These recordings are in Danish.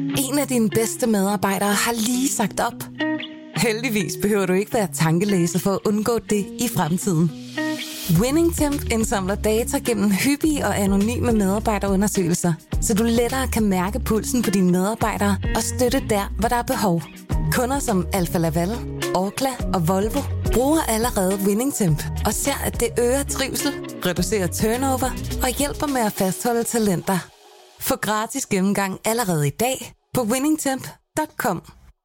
En af dine bedste medarbejdere har lige sagt op. Heldigvis behøver du ikke være tankelæser for at undgå det i fremtiden. WinningTemp indsamler data gennem hyppige og anonyme medarbejderundersøgelser, så du lettere kan mærke pulsen på dine medarbejdere og støtte der, hvor der er behov. Kunder som Alfa Laval, Orkla og Volvo bruger allerede WinningTemp og ser, at det øger trivsel, reducerer turnover og hjælper med at fastholde talenter. Få gratis gennemgang allerede i dag på winningtemp.com.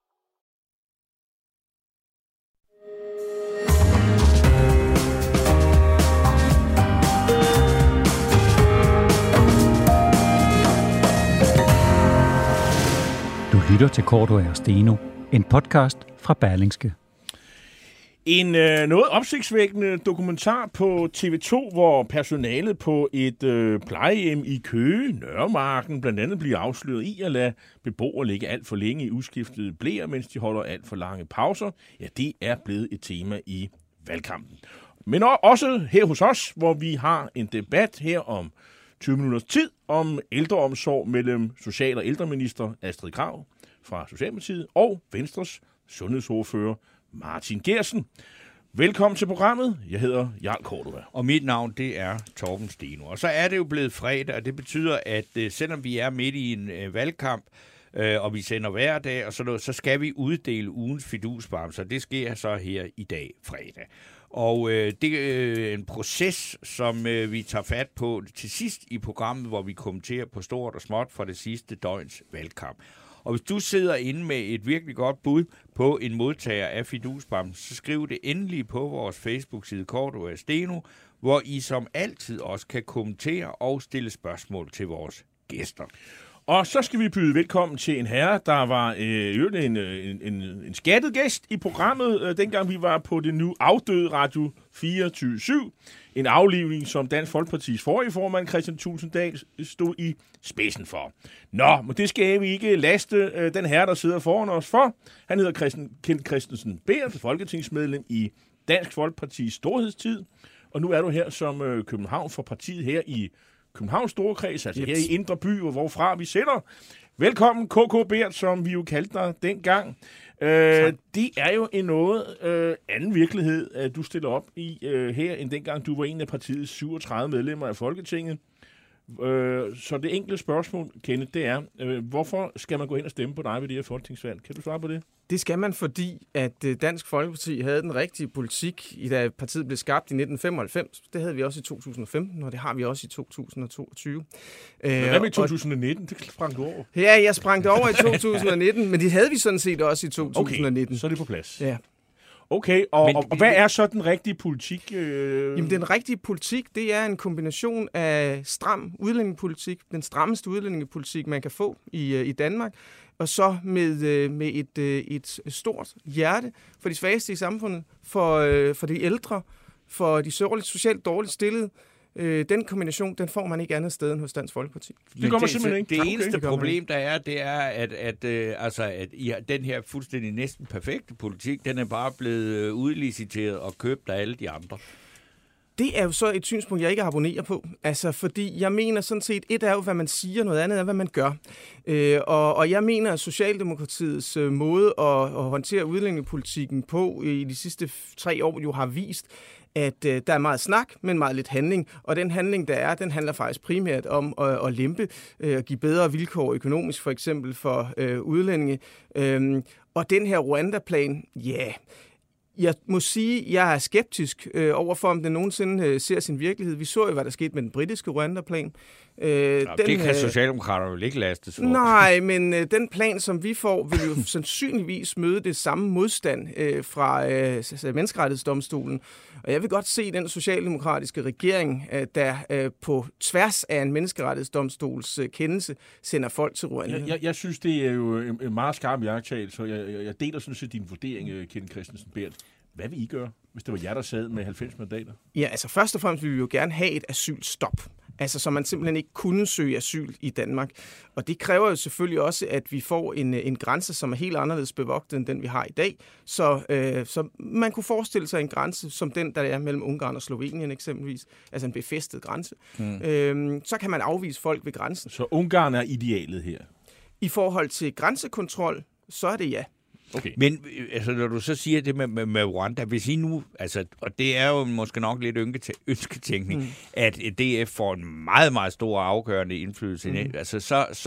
Du lytter til Cordua og Steno, en podcast fra Berlingske. En noget opsigtsvækkende dokumentar på TV2, hvor personalet på et plejehjem i Køge, Nørremarken, blandt andet bliver afsløret i at lade beboere ligge alt for længe i uskiftede bleer, mens de holder alt for lange pauser. Ja, det er blevet et tema i valgkampen. Men også her hos os, hvor vi har en debat her om 20 minutters tid om ældreomsorg mellem social- og ældreminister Astrid Krag fra Socialdemokratiet og Venstres sundhedsordfører Martin Geertsen. Velkommen til programmet. Jeg hedder Jarl Cordua. Og mit navn, det er Torben Steno. Og så er det jo blevet fredag, og det betyder, at selvom vi er midt i en valgkamp, og vi sender hver dag og sådan noget, så skal vi uddele ugens fidusbamser. Det sker så her i dag, fredag. Og det er en proces, som vi tager fat på til sidst i programmet, hvor vi kommenterer på stort og småt fra det sidste døgns valgkamp. Og hvis du sidder inde med et virkelig godt bud på en modtager af fidusbamsen, så skriv det endelig på vores Facebook-side Cordua og Steno, hvor I som altid også kan kommentere og stille spørgsmål til vores gæster. Og så skal vi byde velkommen til en herre, der var en skattet gæst i programmet, dengang vi var på det nu afdøde Radio 24/7. En aflivning, som Dansk Folkepartis forrige formand, Kristian Thulesen Dahl, stod i spidsen for. Nå, men det skal vi ikke laste den herre, der sidder foran os for. Han hedder Kent Kristensen Berth, folketingsmedlem i Dansk Folkepartis storhedstid. Og nu er du her som København for partiet her i Københavns Storkreds, altså her i Indre By, hvorfra vi sender. Velkommen, KK Berth, som vi jo kaldte dig dengang. Det er jo en noget anden virkelighed, at du stiller op i her, end dengang du var en af partiets 37 medlemmer af Folketinget. Så det enkle spørgsmål, Kenneth, det er, hvorfor skal man gå ind og stemme på dig ved det her folketingsvalg? Kan du svare på det? Det skal man, fordi at Dansk Folkeparti havde den rigtige politik, da partiet blev skabt i 1995. Det havde vi også i 2015, og det har vi også i 2022. Men hvad med i 2019? Det sprang du over. Ja, jeg sprang det over i 2019, men det havde vi sådan set også i 2019. Okay, så er det på plads. Ja. Okay, og hvad er så den rigtige politik? Jamen, den rigtige politik, det er en kombination af stram udlændingepolitik, den strammeste udlændingepolitik, man kan få i Danmark, og så med et stort hjerte for de svageste i samfundet, for de ældre, for de socialt dårligt stillede. Den kombination, den får man ikke andet sted end hos Dansk Folkeparti. Det gør man simpelthen ikke. Det eneste problem, der er, det er, at den her fuldstændig næsten perfekte politik, den er bare blevet udliciteret og købt af alle de andre. Det er jo så et synspunkt, jeg ikke abonnerer på. Altså, fordi jeg mener sådan set, et er jo, hvad man siger, noget andet er, hvad man gør. Og jeg mener, at Socialdemokratiets måde at håndtere udlændingepolitikken på i de sidste 3 år jo har vist, at der er meget snak, men meget lidt handling. Og den handling, der er, den handler faktisk primært om at lempe og give bedre vilkår økonomisk, for eksempel for udlændinge. Og den her Rwanda-plan, jeg må sige, at jeg er skeptisk overfor, om den nogensinde ser sin virkelighed. Vi så jo, hvad der skete med den britiske Rwanda-plan. Det kan Socialdemokraterne jo ikke lastes for. Nej, men den plan, som vi får, vil jo sandsynligvis møde det samme modstand fra Menneskerettighedsdomstolen. Og jeg vil godt se den socialdemokratiske regering, der på tværs af en Menneskerettighedsdomstols kendelse sender folk til Rwanda. Jeg synes, det er jo en meget skarp iagttagelse, så jeg deler sådan set din vurdering, Kent Kristensen Berth. Hvad vil I gøre, hvis det var jer, der sad med 90 mandater? Ja, altså først og fremmest vil vi jo gerne have et asylstop. Altså, så man simpelthen ikke kunne søge asyl i Danmark. Og det kræver jo selvfølgelig også, at vi får en grænse, som er helt anderledes bevogtet end den, vi har i dag. Så man kunne forestille sig en grænse som den, der er mellem Ungarn og Slovenien eksempelvis. Altså en befæstet grænse. Så kan man afvise folk ved grænsen. Så Ungarn er idealet her? I forhold til grænsekontrol, så er det ja. Okay. Men altså, når du så siger det med Rwanda, hvis I nu, altså, og det er jo måske nok lidt ønsketænkning, at DF får en meget, meget stor afgørende indflydelse, altså,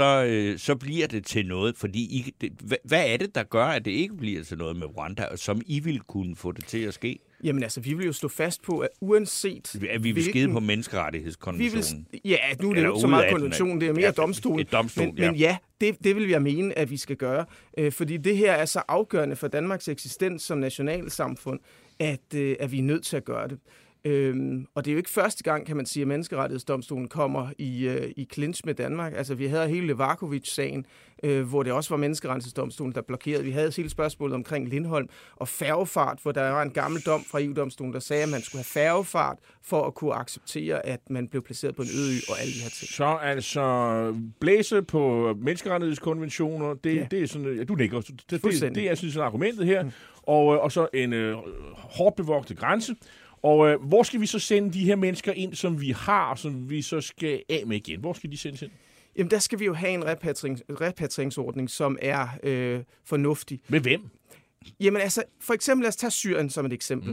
så bliver det til noget, fordi hvad er det, der gør, at det ikke bliver til noget med Rwanda, som I vil kunne få det til at ske? Jamen altså, vi vil jo stå fast på, at uanset... At vi vil skide på menneskerettighedskonventionen. Nu er det jo ikke så meget konventionen, det er mere domstol. Men ja, det vil jeg mene, at vi skal gøre. Fordi det her er så afgørende for Danmarks eksistens som nationalsamfund, at vi er nødt til at gøre det. Og det er jo ikke første gang, kan man sige, at menneskerettighedsdomstolen kommer i clinch med Danmark. Altså, vi havde hele Levakovic-sagen, hvor det også var menneskerettighedsdomstolen, der blokerede. Vi havde hele spørgsmålet omkring Lindholm og færgefart, hvor der var en gammel dom fra EU-domstolen, der sagde, at man skulle have færgefart for at kunne acceptere, at man blev placeret på en øde ø og alle de her ting. Så altså blæse på menneskerettighedskonventioner, det er sådan, du nikker. Det er sådan argumentet her. Og så en hårdt bevogtet grænse. Og hvor skal vi så sende de her mennesker ind, som vi har, som vi så skal af med igen? Hvor skal de sendes ind? Jamen, der skal vi jo have en repatrieringsordning, som er fornuftig. Med hvem? Jamen altså, for eksempel lad os tage Syrien som et eksempel.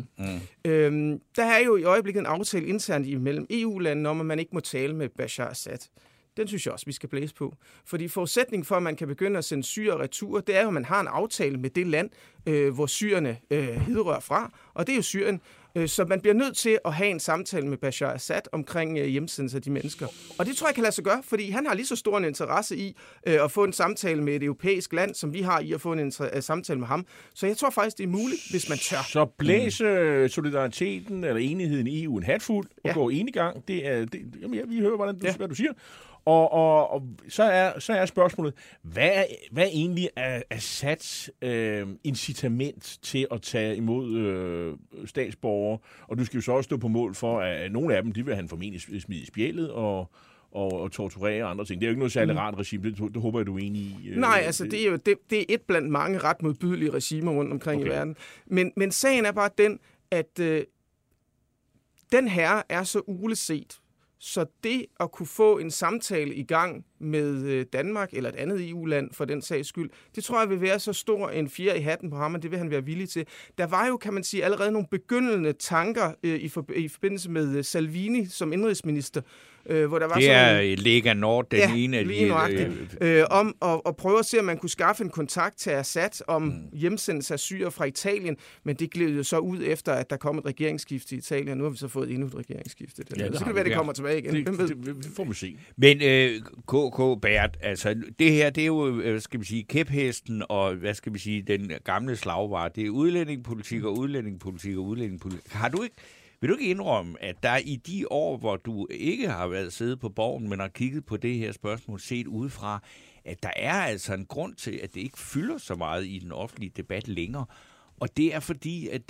Der er jo i øjeblikket en aftale internt imellem EU-landene om, at man ikke må tale med Bashar Assad. Den synes jeg også, vi skal blæse på. Fordi forudsætningen for, at man kan begynde at sende syrere retur, det er jo, at man har en aftale med det land, hvor syrerne hidrører fra, og det er jo Syrien. Så man bliver nødt til at have en samtale med Bashar Assad omkring hjemsendelse af de mennesker. Og det tror jeg kan lade sig gøre, fordi han har lige så stor en interesse i at få en samtale med et europæisk land, som vi har i at få en samtale med ham. Så jeg tror faktisk, det er muligt, hvis man tør. Så blæse solidariteten eller enigheden i EU en hatfuld og gå enegang. Jamen, vi hører, hvad du siger. Og så er spørgsmålet, hvad er egentlig Assads incitament til at tage imod statsborgere? Og du skal jo så også stå på mål for, at nogle af dem, de vil han formentlig smide i spjældet og torturere og andre ting. Det er jo ikke noget særligt rart regime, det håber jeg, du er enig i. Nej, altså det er jo det er et blandt mange ret modbydelige regimer rundt omkring i verden. Men sagen er bare den, at den herre er så uleset. Så det at kunne få en samtale i gang med Danmark eller et andet EU-land for den sags skyld, det tror jeg vil være så stor en fjer i hatten på ham, og det vil han være villig til. Der var jo, kan man sige, allerede nogle begyndende tanker i forbindelse med Salvini som indrigsminister, hvor der var det er Lega Nord, den ene af de... om at prøve at se, om man kunne skaffe en kontakt til Assad om hjemsendelse af syrere fra Italien, men det gled jo så ud efter, at der kom et regeringsskifte i Italien. Nu har vi så fået endnu et regeringsskifte. Så kan det være, det kommer tilbage igen. Det får vi se. Men K. Bert, altså det her, det er jo, skal vi sige, kæphesten og, hvad skal vi sige, den gamle slagvare. Det er udlændingepolitik og udlændingepolitik og udlændingepolitik. Vil du ikke indrømme, at der i de år, hvor du ikke har været siddet på borgen, men har kigget på det her spørgsmål set udefra, at der er altså en grund til, at det ikke fylder så meget i den offentlige debat længere. Og det er fordi, at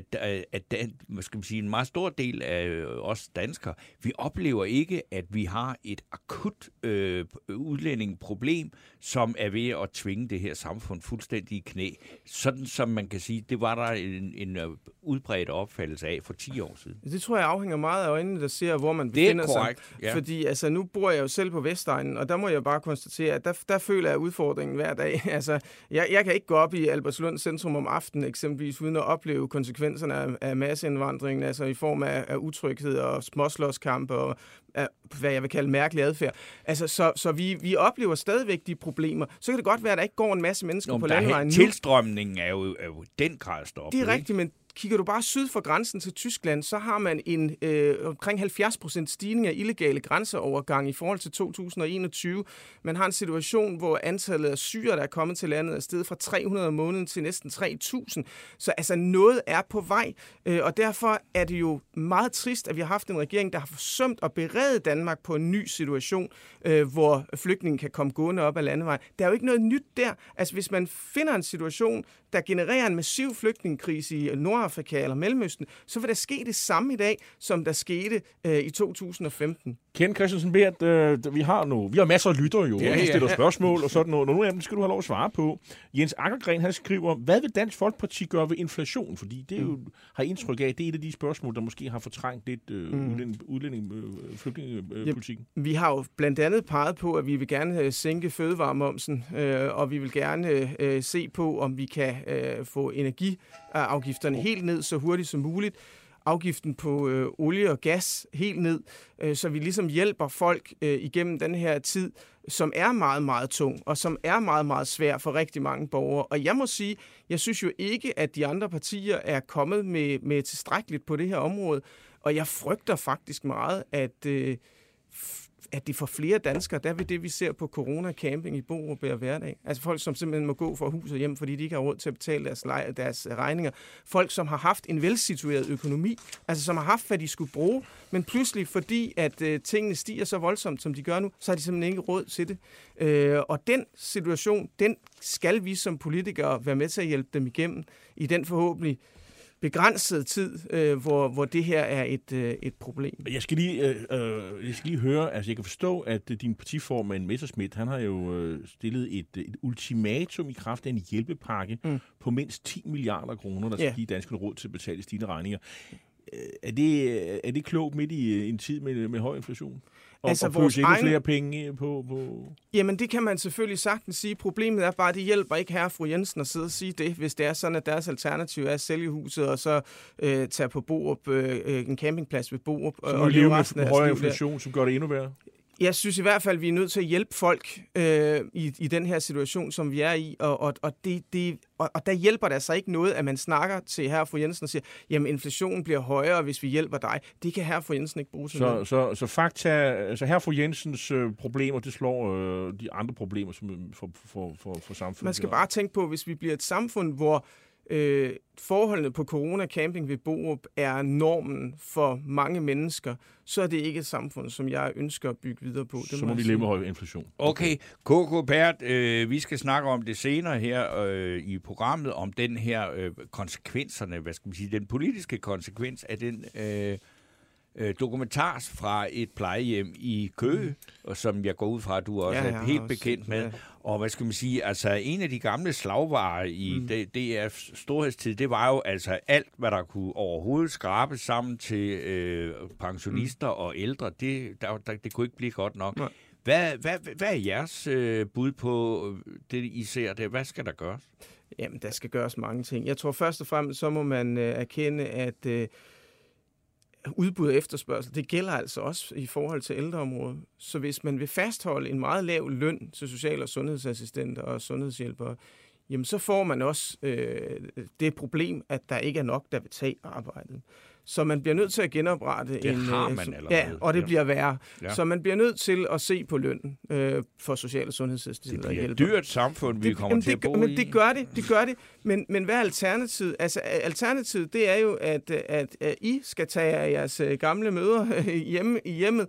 hvad skal man sige, en meget stor del af os danskere, vi oplever ikke, at vi har et akut udlændingeproblem, som er ved at tvinge det her samfund fuldstændig i knæ. Sådan som man kan sige, det var der en udbredt opfattelse af for 10 år siden. Det tror jeg afhænger meget af øjnene, der ser, hvor man befinder sig. Det er korrekt, ja. Fordi altså, nu bor jeg jo selv på Vestegnen, og der må jeg bare konstatere, at der føler jeg udfordringen hver dag. Altså, jeg kan ikke gå op i Albertslund centrum om aftenen, eksempelvis, uden at opleve konsekvenserne af masseindvandringen, altså i form af utryghed og småslåskampe og hvad jeg vil kalde mærkelig adfærd. Altså, så vi oplever stadigvæk de problemer. Så kan det godt være, at der ikke går en masse mennesker på landevejen nu. Tilstrømningen er jo den grad stoppet. Det er rigtigt, men kigger du bare syd for grænsen til Tyskland, så har man en omkring 70% stigning af illegale grænseovergang i forhold til 2021. Man har en situation, hvor antallet af syrere, der er kommet til landet, er steget fra 300 om måneden til næsten 3.000. Så altså noget er på vej, og derfor er det jo meget trist, at vi har haft en regering, der har forsømt at berede Danmark på en ny situation, hvor flygtningen kan komme gående op ad landevejen. Der er jo ikke noget nyt der. Altså hvis man finder en situation, der genererer en massiv flygtningekrise i Nordafrika eller Mellemøsten, så vil der ske det samme i dag, som der skete i 2015. Ken Christensen Bert, vi har masser af lyttere jo, og stiller spørgsmål og sådan noget. Nogle af dem skal du have lov at svare på. Jens Akkergren, han skriver, hvad vil Dansk Folkeparti gøre ved inflation? Fordi det jo, har indtryk af, det er et af de spørgsmål, der måske har fortrængt lidt flygtningepolitikken. Vi har jo blandt andet peget på, at vi vil gerne sænke fødevaremomsen, og vi vil gerne se på, om vi kan få energiafgifterne helt ned så hurtigt som muligt. Afgiften på olie og gas helt ned, så vi ligesom hjælper folk igennem den her tid, som er meget, meget tung, og som er meget, meget svær for rigtig mange borgere. Og jeg må sige, jeg synes jo ikke, at de andre partier er kommet med tilstrækkeligt på det her område, og jeg frygter faktisk meget, at det for flere danskere, der vil det, vi ser på corona-camping i Borup hver hverdag. Altså folk, som simpelthen må gå fra hus og hjem, fordi de ikke har råd til at betale deres regninger. Folk, som har haft en velsitueret økonomi, altså som har haft, hvad de skulle bruge, men pludselig, fordi at tingene stiger så voldsomt, som de gør nu, så har de simpelthen ikke råd til det. Og den situation, den skal vi som politikere være med til at hjælpe dem igennem i den forhåbentlig begrænset tid, hvor det her er et problem. Jeg skal lige høre, altså jeg kan forstå, at din partiformand Messerschmidt, han har jo stillet et ultimatum i kraft af en hjælpepakke på mindst 10 milliarder kroner, der skal give danskerne råd til at betale stigende regninger. Er det klogt midt i en tid med høj inflation? Og vores endnu flere penge på... Jamen, det kan man selvfølgelig sagtens sige. Problemet er bare, at det hjælper ikke herre og fru Jensen at sidde og sige det, hvis det er sådan, at deres alternativ er at sælge huset og så tage på Borup, en campingplads ved Borup. Så og leve med højere inflation, som gør det endnu værre? Jeg synes i hvert fald, at vi er nødt til at hjælpe folk i den her situation, som vi er i, og der hjælper det altså ikke noget, at man snakker til herre og fru Jensen og siger, jamen inflationen bliver højere, hvis vi hjælper dig. Det kan herre og fru Jensen ikke bruge til noget. Så fakta, altså herre og fru Jensens problemer, det slår de andre problemer for samfundet. Man skal bare tænke på, hvis vi bliver et samfund, hvor forholdene på Corona Camping ved Borup er normen for mange mennesker, så er det ikke et samfund, som jeg ønsker at bygge videre på. Så må vi leve med høj inflation. Okay, K.K. Bert, vi skal snakke om det senere her i programmet, om den her konsekvenserne, hvad skal man sige, den politiske konsekvens af den dokumentar fra et plejehjem i Køge, og som jeg går ud fra, at du også er helt bekendt med. Ja. Og hvad skal man sige, altså en af de gamle slagvarer i DR's storhedstid, det var jo altså alt, hvad der kunne overhovedet skrabes sammen til pensionister og ældre, det kunne ikke blive godt nok. Nej. Hvad er jeres bud på det, I ser det? Hvad skal der gøres? Jamen, der skal gøres mange ting. Jeg tror først og fremmest, så må man erkende, at udbud og efterspørgsel, det gælder altså også i forhold til ældreområdet. Så hvis man vil fastholde en meget lav løn til social- og sundhedsassistenter og sundhedshjælpere, jamen så får man også det problem, at der ikke er nok, der vil tage arbejdet. Så man bliver nødt til at genoprette det har man allerede. Ja, og det bliver værre. Ja. Så man bliver nødt til at se på lønnen for social- og sundhedsassistenter. Det bliver et dyrt samfund, vi kommer til at bo i. Men det gør det. Men hvad er alternativet? Altså, alternativet, det er jo, at I skal tage af jeres gamle mødre i hjemmet.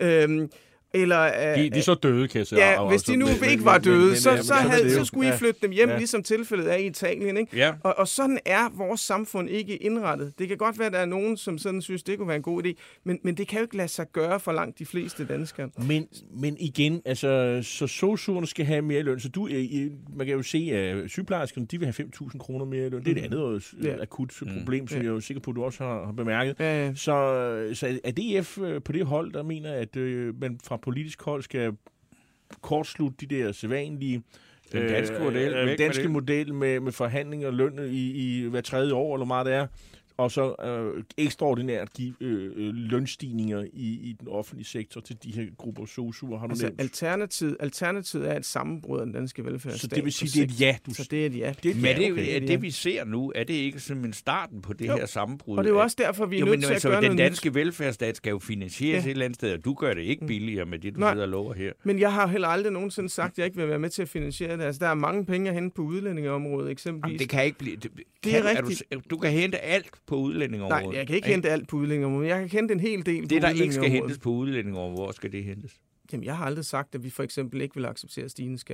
Eller, de er så døde, kan jeg sige. Ja, hvis de nu ikke var døde, så skulle I flytte dem hjem, ligesom tilfældet er i Italien. Ikke? Ja. Og sådan er vores samfund ikke indrettet. Det kan godt være, at der er nogen, som sådan synes, det kunne være en god idé, men det kan jo ikke lade sig gøre for langt de fleste danskere. Men igen, altså, så sosuerne skal have mere løn. Så man kan jo se, at sygeplejerskerne, de vil have 5.000 kroner mere løn. Det er et andet akut problem, som jeg er jo sikker på, at du også har bemærket. Ja. Så er DF på det hold, der mener, at man fra politisk hold skal kortslutte de der sædvanlige danske model med forhandlinger og løn i hver tredje år, eller meget det er, og så ekstraordinært give lønstigninger i den offentlige sektor til de her grupper sosuer, har du nævnt. Alternativet er et sammenbrud af den danske velfærdsstat. Så det vil sige, det er et ja, Så det er et ja. Men det vi ser nu, er det ikke simpelthen starten på det her sammenbrud? Og det er jo også derfor, vi er nødt til at gøre noget den danske velfærdsstat skal jo finansieres et eller andet sted, og du gør det ikke billigere med det, du sidder og lover her. Men jeg har heller aldrig nogensinde sagt, at jeg ikke vil være med til at finansiere det. Altså, der er mange penge at hente på udlændingeområdet, eksempelvis. Jamen, det kan ikke blive... Det er rigtigt. Du kan hente alt på udlændingeområdet. Nej, jeg kan ikke hente alt på udlændingeområdet. Jeg kan hente en hel del på det, der ikke skal hentes på udlændingeområdet, hvor skal det hentes? Jamen, jeg har aldrig sagt, at vi for eksempel ikke vil acceptere stigende skatter.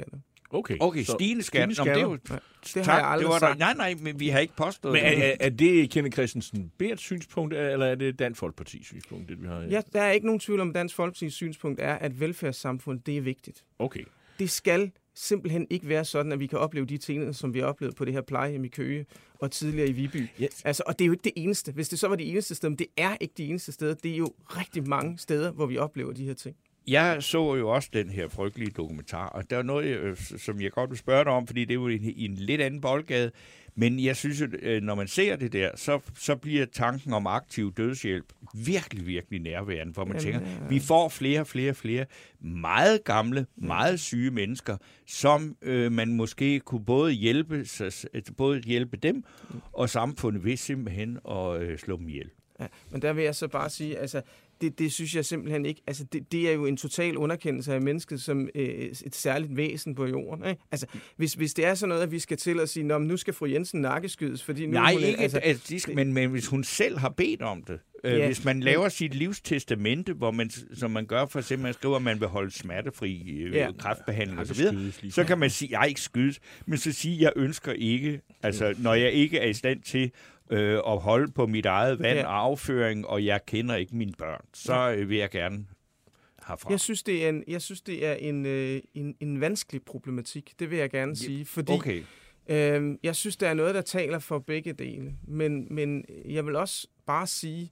Okay, stigende skat. Det har jeg aldrig sagt. Nej, men vi har ikke påstået men det. er det Kenneth Kristensen Berths synspunkt, eller er det Dansk Folkepartis synspunkt, det vi har? Ja, der er ikke nogen tvivl om, Dansk Folkepartis synspunkt er, at velfærdssamfundet, det er vigtigt. Okay. Det skal simpelthen ikke være sådan, at vi kan opleve de ting, som vi har oplevet på det her plejehjem i Køge og tidligere i Viby. Yes. Altså, og det er jo ikke det eneste. Hvis det så var det eneste sted, men det er ikke det eneste sted. Det er jo rigtig mange steder, hvor vi oplever de her ting. Jeg så jo også den her frygtelige dokumentar, og der er noget, som jeg godt vil spørge dig om, fordi det er jo i en lidt anden boldgade. Men jeg synes, at når man ser det der, så bliver tanken om aktiv dødshjælp virkelig, virkelig nærværende, hvor man tænker, vi får flere meget gamle, meget syge mennesker, som man måske kunne både hjælpe dem og samfundet ved simpelthen at slå dem ihjel. Ja, men der vil jeg så bare sige, altså, det synes jeg simpelthen ikke. Altså, det er jo en total underkendelse af mennesket som et særligt væsen på jorden. Ikke? Altså, hvis det er sådan noget, at vi skal til at sige, nu skal fru Jensen nakkeskydes, fordi nu... Nej, ikke, men hvis hun selv har bedt om det. Hvis man laver sit livstestamente, som man gør for eksempel, man skriver, at man vil holde smertefri kræftbehandling og så videre, så kan man sige, jeg ikke skydes, men så sige, jeg ønsker ikke, altså når jeg ikke er i stand til at holde på mit eget vand og afføring, og jeg kender ikke mine børn, så vil jeg gerne herfra. Jeg synes, det er en vanskelig problematik, det vil jeg gerne sige, fordi jeg synes, der er noget, der taler for begge dele, men jeg vil også bare sige,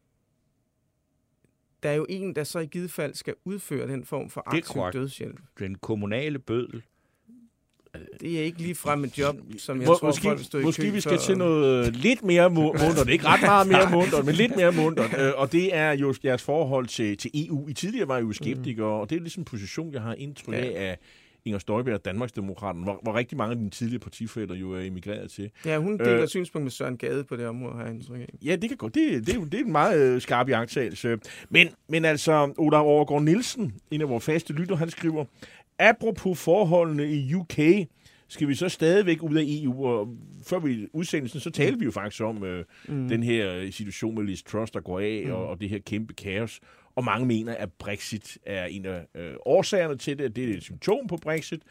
der er jo en, der så i givet fald skal udføre den form for aktiv dødshjælp. Den kommunale bøddel. Det er ikke lige frem et job, som jeg tror, folk stod i kø. Måske vi skal til noget lidt mere muntert. Ikke ret meget mere muntert, men lidt mere muntert. Og det er jo jeres forhold til EU. I tidligere var I jo skeptikere, og det er ligesom en position, jeg har indtryk af Inger Støjberg og Danmarksdemokraterne, hvor rigtig mange af dine tidligere partifæller jo er emigreret til. Ja, hun deler synspunkt med Søren Gade på det område, har jeg indtryk af. Ja, det kan godt. Det er en meget skarp iagttagelse. Men altså, Ola Overgaard Nielsen, en af vores faste lytter, han skriver, apropos forholdene i UK, skal vi så stadigvæk ud af EU, og før vi udsendelsen, så talte vi jo faktisk om den her situation med Liz Truss, der går af, og det her kæmpe kaos. Og mange mener, at Brexit er en af årsagerne til det. Det er et symptom på Brexit.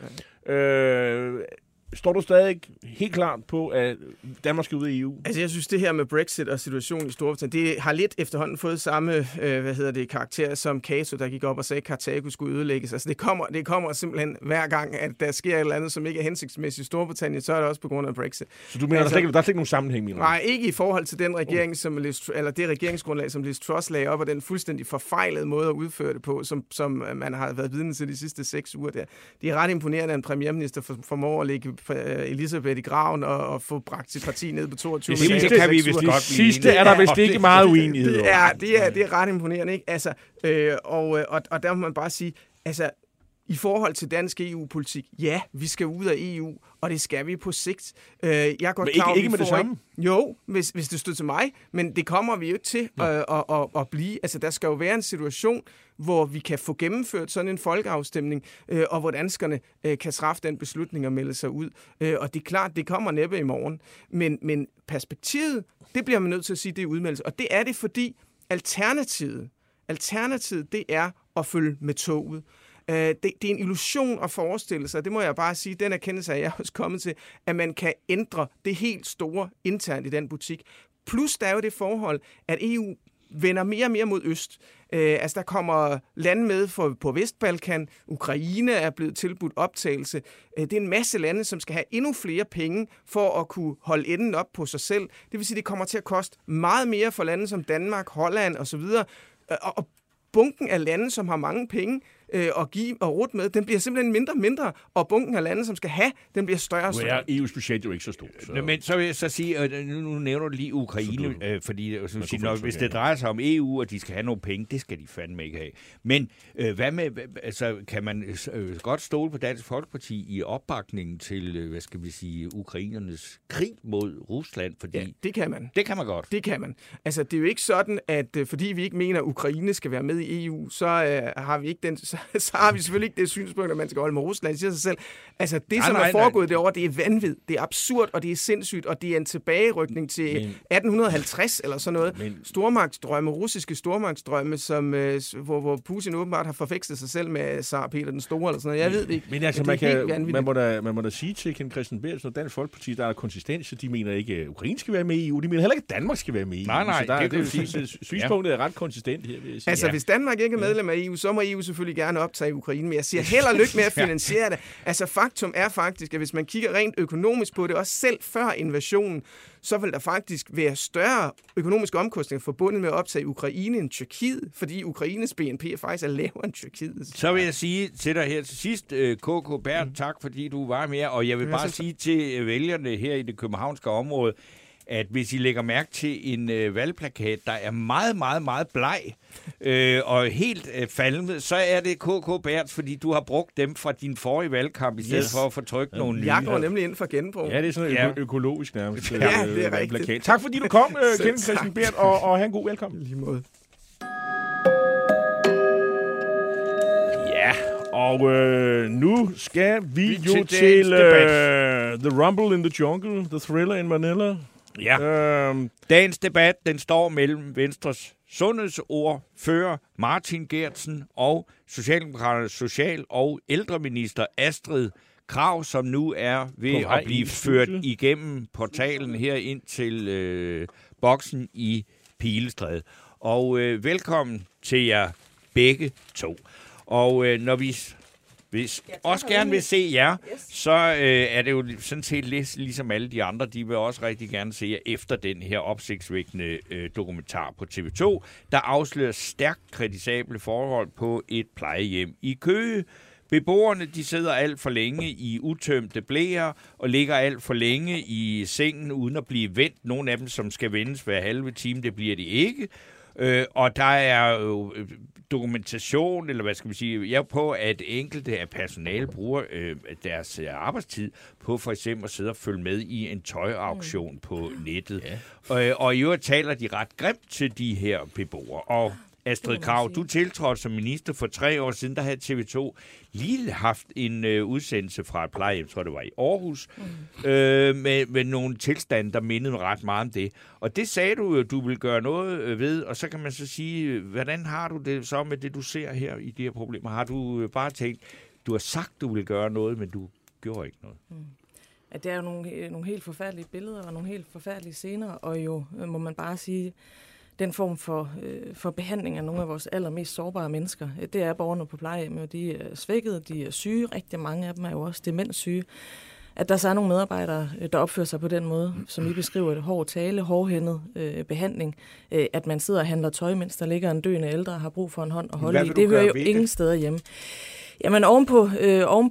Står du stadig helt klart på, at Danmark skal ud af EU? Altså, jeg synes, det her med Brexit og situationen i Storbritannien, det har lidt efterhånden fået samme karakter som Cato, der gik op og sagde, at Karthago skulle ødelægges. Altså, det kommer simpelthen hver gang, at der sker et eller andet, som ikke er hensigtsmæssigt i Storbritannien, så er det også på grund af Brexit. Så du mener, der er slet ikke nogen sammenhæng, mener du? Nej, ikke i forhold til den regering, det regeringsgrundlag, som Liz Truss lagde op, og den fuldstændig forfejlede måde at udføre det på, som man har været vidne til de sidste 6 uger der. Det er ret imponerende, at en premierminister formår at lægge Elisabeth i graven og få bragt sit parti ned på 22. Det kan vi vist godt blive. Sidste er der vist ikke meget uenighed. Det er ret imponerende, ikke? Altså, og der må man bare sige, altså, i forhold til dansk EU-politik, ja, vi skal ud af EU, og det skal vi på sigt. Jeg er godt klar, ikke med det samme? Jo, hvis det stod til mig, men det kommer vi jo ikke til at blive. Altså, der skal jo være en situation, hvor vi kan få gennemført sådan en folkeafstemning, og hvor danskerne kan træffe den beslutning og melde sig ud. Og det er klart, det kommer næppe i morgen. Men perspektivet, det bliver man nødt til at sige, det er udmeldelse. Og det er det, fordi alternativet, det er at følge med toget. Det er en illusion at forestille sig, det må jeg bare sige, den erkendelse er jeg også kommet til, at man kan ændre det helt store internt i den butik. Plus der er jo det forhold, at EU vender mere og mere mod øst. Altså der kommer lande med på Vestbalkan, Ukraine er blevet tilbudt optagelse. Det er en masse lande, som skal have endnu flere penge for at kunne holde enden op på sig selv. Det vil sige, det kommer til at koste meget mere for lande som Danmark, Holland osv., og bunken af lande, som har mange penge at give og rute med, den bliver simpelthen mindre, og bunken af lande, som skal have, den bliver større og større. Nu er EU's budget jo ikke så stort. Så. Men så vil jeg så sige, at nu nævner du lige Ukraine, fordi hvis det drejer sig om EU, og de skal have nogle penge, det skal de fandme ikke have. Men hvad med, altså kan man godt stole på Dansk Folkeparti i opbakningen til, hvad skal vi sige, ukrainernes krig mod Rusland? Fordi ja, det kan man. Det kan man godt. Det kan man. Altså, det er jo ikke sådan, at fordi vi ikke mener, at Ukraine skal være med i EU, så har vi ikke den, så så har vi selvfølgelig ikke det synspunkt, at man skal holde med Rusland. Det siger sig selv. Altså, det, som er foregået derovre, det er vanvid, det er absurd, og det er sindssygt, og det er en tilbagerykning til 1850 eller sådan noget. Stormagtsdrømme, russiske stormagtsdrømme, som, hvor Putin åbenbart har forvekslet sig selv med Tsar Peter den Store, eller sådan noget. Jeg ved det ikke. Men altså, man må da sige til Kenneth Kristensen Berth og Dansk Folkeparti, der er konsistens, så de mener ikke, at Ukraine skal være med i EU. De mener heller ikke, at Danmark skal være med i EU. Nej, så det vil sige, at synspunktet er ret konsistent her, vil jeg sige. Altså, hvis Danmark ikke er medlem af EU, så må EU selvfølgelig gerne optage Ukraine, men jeg siger held og lykke med at finansiere det. Altså, faktum er faktisk, at hvis man kigger rent økonomisk på det, også selv før invasionen, så vil der faktisk være større økonomiske omkostninger forbundet med at optage Ukraine end Tyrkiet, fordi Ukraines BNP faktisk er lavere end Tyrkiet. Så vil jeg sige til dig her til sidst, KK Berth, tak fordi du var med, og jeg vil bare sige til vælgerne her i det københavnske område, at hvis I lægger mærke til en valgplakat, der er meget, meget, meget bleg og helt falmet, så er det KK Berth, fordi du har brugt dem fra din forrige valgkamp, i stedet for at få trykt nogle nye. Jeg går nemlig ind for genbrug. Ja, det er sådan økologisk nærmest. Det er rigtigt. Tak fordi du kom, Kenneth Kristensen Berth, og have en god velkommen. Lige måde. Ja, og nu skal vi jo til The Rumble in the Jungle, The Thriller in Manila. Ja. Dagens debat, den står mellem Venstres sundhedsordfører Martin Geertsen og Socialdemokraternes social- og ældreminister Astrid Krag, som nu er ved at blive ført igennem portalen her ind til boksen i Pilestræde. Og velkommen til jer begge to. Og når vi også gerne vil se jer, så er det jo sådan set ligesom alle de andre, de vil også rigtig gerne se jer efter den her opsigtsvækkende dokumentar på TV2, der afslører stærkt kritisable forhold på et plejehjem i Køge. Beboerne, de sidder alt for længe i utømte blæer og ligger alt for længe i sengen uden at blive vendt. Nogle af dem, som skal vendes hver halve time, det bliver de ikke. Og der er jo dokumentation, eller hvad skal vi sige, på, at enkelte af personale bruger deres arbejdstid på for eksempel at sidde og følge med i en tøjauktion på nettet. Ja. Og i øvrigt taler de ret grimt til de her beboere. Og Astrid Krag, du tiltrådte som minister for 3 år siden, der havde TV2 lige haft en udsendelse fra et plejehjem, tror det var i Aarhus, med nogle tilstande, der mindede ret meget om det. Og det sagde du jo, du ville gøre noget ved, og så kan man så sige, hvordan har du det så med det, du ser her i de her problemer? Har du bare tænkt, du har sagt, du ville gøre noget, men du gjorde ikke noget? Ja, det er jo nogle helt forfærdelige billeder og nogle helt forfærdelige scener, og jo må man bare sige, den form for behandling af nogle af vores allermest sårbare mennesker, det er borgerne på plejehjem, og de er svækkede, de er syge, rigtig mange af dem er jo også demenssyge. At der så er nogle medarbejdere, der opfører sig på den måde, som I beskriver det, hård tale, hårdhændet behandling, at man sidder og handler tøj, mens der ligger en døende ældre og har brug for en hånd at holde i. Det hører jo ingen steder hjemme. Jamen oven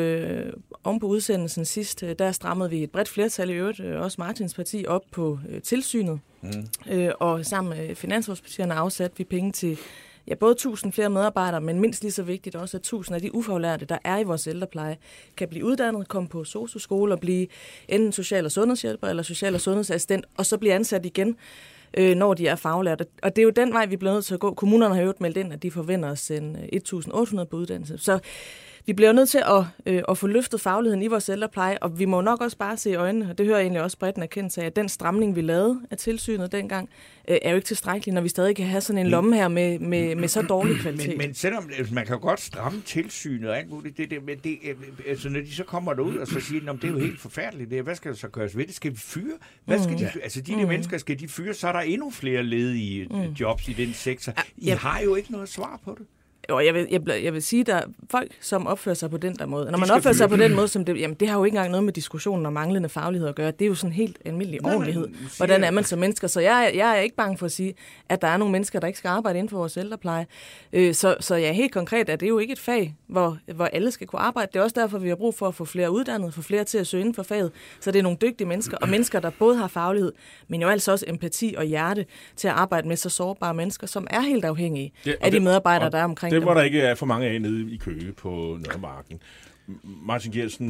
på udsendelsen sidst, der strammede vi et bredt flertal i øvrigt, også Martins parti, op på tilsynet. Og sammen med finanslovspartierne afsatte vi penge til både 1000 flere medarbejdere, men mindst lige så vigtigt også, at 1000 af de ufaglærte, der er i vores ældrepleje, kan blive uddannet, komme på sosu-skole og blive enten social- og sundhedshjælper eller social- og sundhedsassistent, og så blive ansat igen, når de er faglærte. Og det er jo den vej, vi bliver nødt til at gå. Kommunerne har jo meldt ind, at de forventer at sende 1.800 på uddannelse. Så vi bliver nødt til at få løftet fagligheden i vores ældrepleje, og vi må nok også bare se i øjnene, og det hører jeg egentlig også bredt en erkendelse af, at den stramning, vi lavede af tilsynet dengang, er jo ikke tilstrækkelig, når vi stadig kan have sådan en lomme her med så dårlig kvalitet. Men selvom man kan godt stramme tilsynet og alt muligt, altså når de så kommer derud og så siger, at det er jo helt forfærdeligt, hvad skal der så gøres ved det? Skal vi fyre? Hvad skal de fyre? Altså de der mennesker, skal de fyre? Så er der endnu flere ledige jobs i den sektor. I har jo ikke noget svar på det. Og jeg vil sige, at der er folk, som opfører sig på den der måde. Når man opfører sig på den måde, som det har jo ikke engang noget med diskussionen om manglende faglighed at gøre. Det er jo sådan helt almindelig ordentlighed. Hvordan er man som mennesker? Så jeg er ikke bange for at sige, at der er nogle mennesker, der ikke skal arbejde inden for vores ældrepleje. Så ja, helt konkret er det jo ikke et fag, hvor alle skal kunne arbejde. Det er også derfor, vi har brug for at få flere uddannet, få flere til at søge inden for faget. Så det er nogle dygtige mennesker, og mennesker, der både har faglighed, men jo altså også empati og hjerte til at arbejde med så sårbare mennesker, som er helt afhængige af de medarbejdere, der er omkring. Det var der ikke er for mange af nede i Køge på Nørremarken. Martin Geertsen,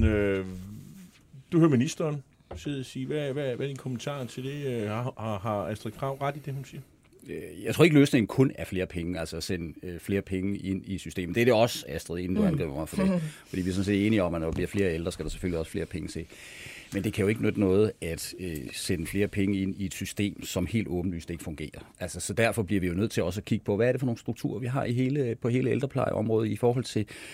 du hører ministeren sidde og sige, hvad er din kommentar til det? Har Astrid Krag ret i det, hun siger? Jeg tror ikke, løsningen kun er flere penge, altså at sende flere penge ind i systemet. Det er det også, Astrid, inden du angriber mig for det. Fordi vi er sådan set enige om, at når der bliver flere ældre, skal der selvfølgelig også flere penge til. Men det kan jo ikke nytte noget at sende flere penge ind i et system, som helt åbenlyst ikke fungerer. Altså, så derfor bliver vi jo nødt til også at kigge på, hvad er det for nogle strukturer, vi har på hele ældreplejeområdet i forhold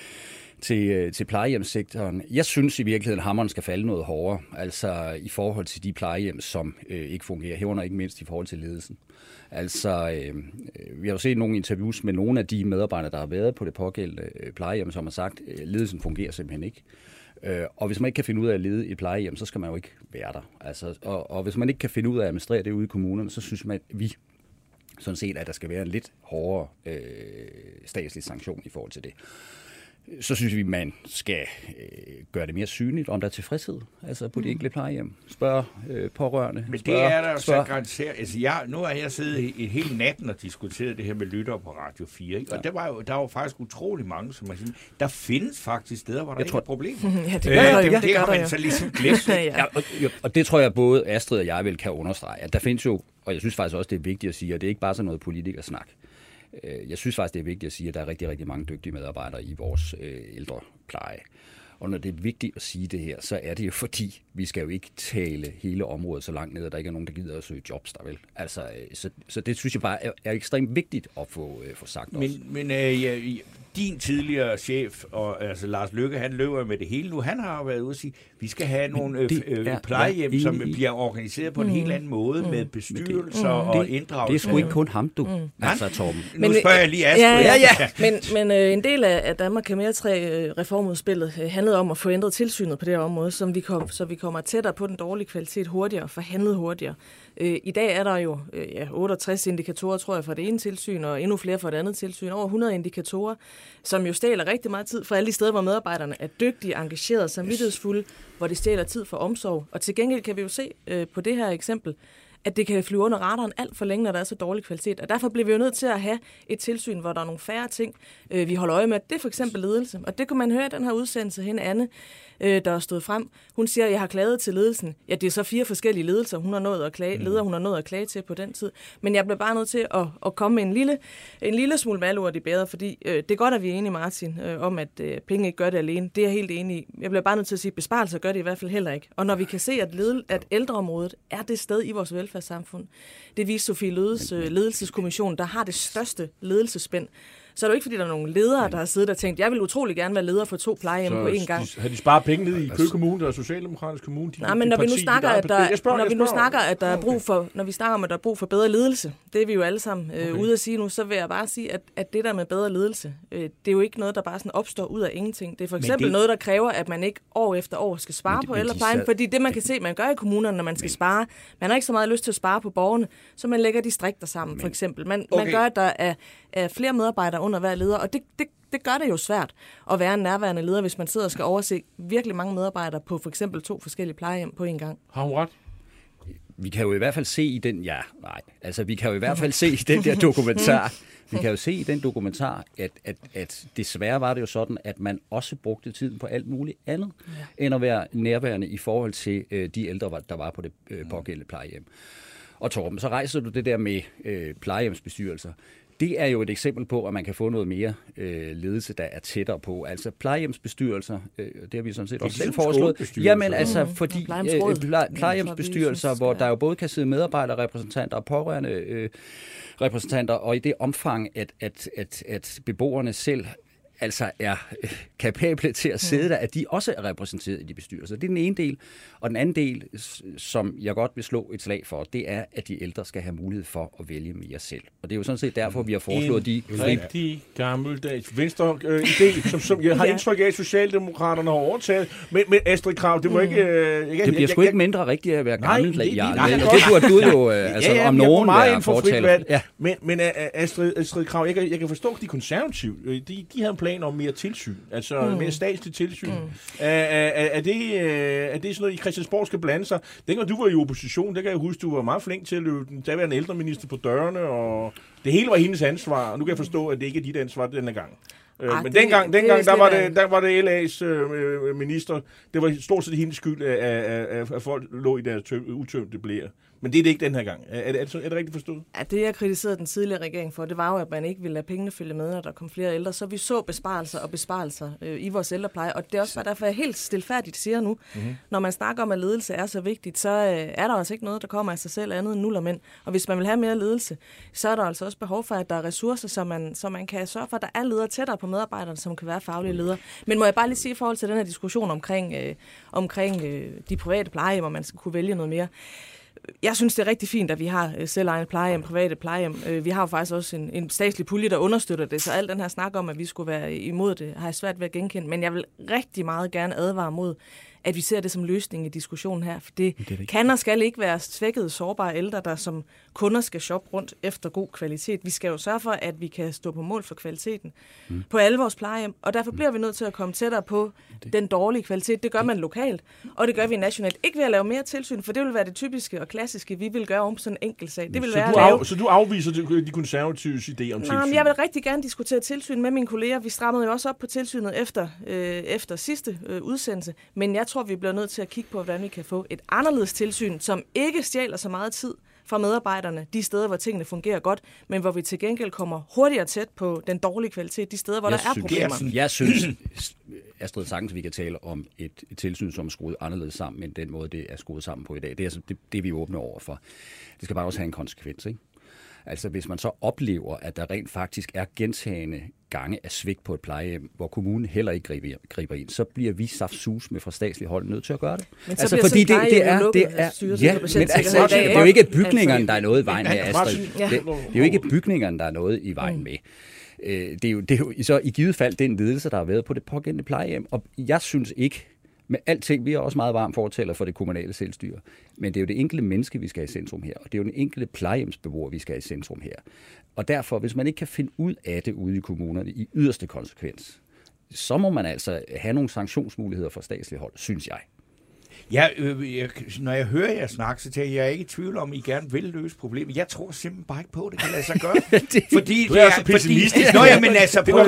til plejehjemssektoren. Jeg synes i virkeligheden, at hammeren skal falde noget hårdere, altså i forhold til de plejehjem, som ikke fungerer, herunder ikke mindst i forhold til ledelsen. Altså, vi har jo set nogle interviews med nogle af de medarbejdere, der har været på det pågældende plejehjem, som har sagt, at ledelsen fungerer simpelthen ikke. Og hvis man ikke kan finde ud af at lede et plejehjem, så skal man jo ikke være der. Altså, og hvis man ikke kan finde ud af at administrere det ude i kommunerne, så synes man, at vi sådan set, at der skal være en lidt hårdere statslig sanktion i forhold til det. Så synes vi, man skal gøre det mere synligt, om der er tilfredshed, altså på de enkelte plejehjem. Spørg pårørende. Men det er der jo så garanteret. Altså nu har jeg siddet i hele natten og diskuteret det her med lyttere på Radio 4, ikke? Og der var faktisk utrolig mange, som man siger, der findes faktisk steder, hvor der ikke er problemer. Ja, det gør det har man så ligesom glemt. Ja, og det tror jeg både Astrid og jeg vel kan understrege, at der findes jo, og jeg synes faktisk også, det er vigtigt at sige, at det er ikke bare sådan noget politikersnak. Jeg synes faktisk, det er vigtigt at sige, at der er rigtig, rigtig mange dygtige medarbejdere i vores ældrepleje. Og når det er vigtigt at sige det her, så er det jo fordi, vi skal jo ikke tale hele området så langt ned, at der ikke er nogen, der gider at søge jobs der vel. Altså, så det synes jeg bare er ekstremt vigtigt at få sagt også. Men din tidligere chef, og altså Lars Løkke, han løber med det hele nu. Han har jo været ude og sige, at vi skal have nogle plejehjem, som bliver organiseret på en helt anden måde, med bestyrelser og inddragelse. Det er sgu ikke kun ham, du. Altså, Torben. Nu spørger jeg lige Astrid. Men en del af Danmark kan mere 3 reformudspillet handlede om at få ændret tilsynet på det her område, så vi kommer tættere på den dårlige kvalitet hurtigere, forhandlet hurtigere. I dag er der jo 68 indikatorer, tror jeg, fra det ene tilsyn, og endnu flere fra det andet tilsyn. Over 100 indikatorer, som jo stjæler rigtig meget tid fra alle de steder, hvor medarbejderne er dygtige, engagerede, samvittighedsfulde, hvor det stjæler tid for omsorg. Og til gengæld kan vi jo se på det her eksempel, at det kan flyve under radaren alt for længe, når der er så dårlig kvalitet. Og derfor bliver vi jo nødt til at have et tilsyn, hvor der er nogle færre ting, vi holder øje med. Det er for eksempel ledelse. Og det kunne man høre i den her udsendelse, hende Anne, der er stået frem. Hun siger, at jeg har klaget til ledelsen. Ja, det er så 4 forskellige ledelser, hun har nået at klage til på den tid. Men jeg bliver bare nødt til at komme med en lille smule malurt i bæret, fordi det er godt, at vi er enige, Martin, om at penge ikke gør det alene. Det er jeg helt enig i. Jeg bliver bare nødt til at sige, at besparelser gør det i hvert fald heller ikke. Og når vi kan se, at ældreområdet er det sted i vores velfærdssamfund, det viser Sofie Lødes ledelseskommission, der har det største ledelsespænd, så er det jo ikke, fordi der er nogle ledere, der har siddet og tænkt, jeg vil utrolig gerne være leder for 2 plejehjem på én gang. Har de sparet penge ned i Køge Kommune, der er Socialdemokratisk Kommune? Nej, men når vi snakker om, at der er brug for bedre ledelse, det er vi jo alle sammen ude at sige nu, så vil jeg bare sige, at det der med bedre ledelse, det er jo ikke noget, der bare sådan opstår ud af ingenting. Det er for eksempel noget, der kræver, at man ikke år efter år skal spare på ældreplejen, fordi det man kan se, man gør i kommunerne, når man skal spare, man har ikke så meget lyst til at spare på borgerne, så man lægger distrikter sammen, for eksempel. Man gør, at der er flere medarbejdere under hver leder, og det gør det jo svært at være en nærværende leder, hvis man sidder og skal overse virkelig mange medarbejdere på for eksempel 2 forskellige plejehjem på en gang. Har hun ret? Vi kan jo i hvert fald se i den, vi kan jo i hvert fald se i den der dokumentar, vi kan jo se i den dokumentar, at desværre var det jo sådan, at man også brugte tiden på alt muligt andet, end at være nærværende i forhold til de ældre, der var på det pågældende plejehjem. Og Torben, så rejser du det der med plejehjemsbestyrelser. Det er jo et eksempel på, at man kan få noget mere ledelse, der er tættere på. Altså plejehjemsbestyrelser, det har vi sådan set også selv foreslået. Jamen altså, fordi plejehjemsbestyrelser, hvor der jo både kan sidde medarbejderrepræsentanter og pårørende repræsentanter, og i det omfang, at beboerne selv altså er kapable til at sidde der, at de også er repræsenteret i de bestyrelser. Det er den ene del. Og den anden del, som jeg godt vil slå et slag for, det er, at de ældre skal have mulighed for at vælge mere selv. Og det er jo sådan set derfor, vi har foreslået en rigtig gammeldags venstre-idé, som jeg har indtryk af, at Socialdemokraterne har overtaget. Men Astrid Krag, det var ikke... det bliver sgu ikke mindre rigtigt at være gammeldags. Det burde du jo om nogen være fortæller. Men Astrid Krag, jeg kan forstå, at de konservative, de havde en plan om mere tilsyn, altså mere statsligt tilsyn. Er det sådan noget, i Christiansborg skal blande sig? Dengang du var i opposition, der kan jeg huske, du var meget flink til at løbe den daværende ældreminister på dørene, og det hele var hendes ansvar, og nu kan jeg forstå, at det ikke er dit ansvar denne gang. Men dengang der var det LA's minister, det var stort set hendes skyld, at folk lå i deres utømte blære. Men det er det ikke den her gang. Er det rigtigt forstået? Ja, det jeg kritiserede den tidligere regering for, det var jo, at man ikke ville lade pengene følge med, når der kom flere ældre. Så vi så besparelser i vores ældrepleje, og det er også bare derfor, jeg helt stilfærdigt siger nu, når man snakker om, at ledelse er så vigtigt, så er der altså ikke noget, der kommer af sig selv andet end nul og mænd. Og hvis man vil have mere ledelse, så er der altså også behov for, at der er ressourcer, så man kan sørge for, at der er ledere tættere på medarbejderne, som kan være faglige ledere. Men må jeg bare lige sige i forhold til den her diskussion omkring de private plejehjem, og man skal kunne vælge noget mere. Jeg synes, det er rigtig fint, at vi har selvejende plejehjem, private plejehjem. Vi har jo faktisk også en statslig pulje, der understøtter det, så al den her snak om, at vi skulle være imod det, har jeg svært ved at genkende. Men jeg vil rigtig meget gerne advare mod, at vi ser det som løsning i diskussionen her. For det kan og skal ikke være svækkede, sårbare ældre, der som kunder skal shoppe rundt efter god kvalitet. Vi skal jo sørge for, at vi kan stå på mål for kvaliteten på alle vores plejehjem, og derfor bliver vi nødt til at komme tættere på den dårlige kvalitet. Det gør man lokalt, og det gør vi nationalt. Ikke ved at lave mere tilsyn, for det vil være det typiske og klassiske, vi vil gøre om sådan en enkelt sag. Det vil så du afviser de konservatives idé om tilsyn? Nej, jeg vil rigtig gerne diskutere tilsyn med mine kolleger. Vi strammede jo også op på tilsynet efter sidste udsendelse, men jeg tror, vi bliver nødt til at kigge på, hvordan vi kan få et anderledes tilsyn, som ikke stjæler så meget tid fra medarbejderne, de steder, hvor tingene fungerer godt, men hvor vi til gengæld kommer hurtigere tæt på den dårlige kvalitet, de steder, hvor der er problemer. Jeg synes, Astrid, sagtens vi kan tale om et tilsyn, som er skruet anderledes sammen, end den måde, det er skruet sammen på i dag. Det er altså det, vi er åbne over for. Det skal bare også have en konsekvens, ikke? Altså hvis man så oplever, at der rent faktisk er gentagende gange af svigt på et plejehjem, hvor kommunen heller ikke griber ind, så bliver vi saftsus med fra statslig hold nødt til at gøre det. Men så altså, fordi det er jo ikke bygningerne, der er noget i vejen med, Astrid. Det er jo ikke bygningerne, der er noget i vejen med. Det er jo så i givet fald den ledelse, der har været på det pågældende plejehjem, og jeg synes ikke, med alting, vi er også meget varmt fortæller for det kommunale selvstyre, men det er jo det enkelte menneske, vi skal have i centrum her, og det er jo den enkelte plejehjemsbeboer, vi skal have i centrum her. Og derfor, hvis man ikke kan finde ud af det ude i kommunerne i yderste konsekvens, så må man altså have nogle sanktionsmuligheder fra statslig hold, synes jeg. Ja, når jeg hører jer snakke, så tænker jeg ikke i tvivl om, at I gerne vil løse problemet. Jeg tror simpelthen bare ikke på, at det kan lade sig gøre. Fordi du er så pessimistisk. Nå, jamen altså, prøv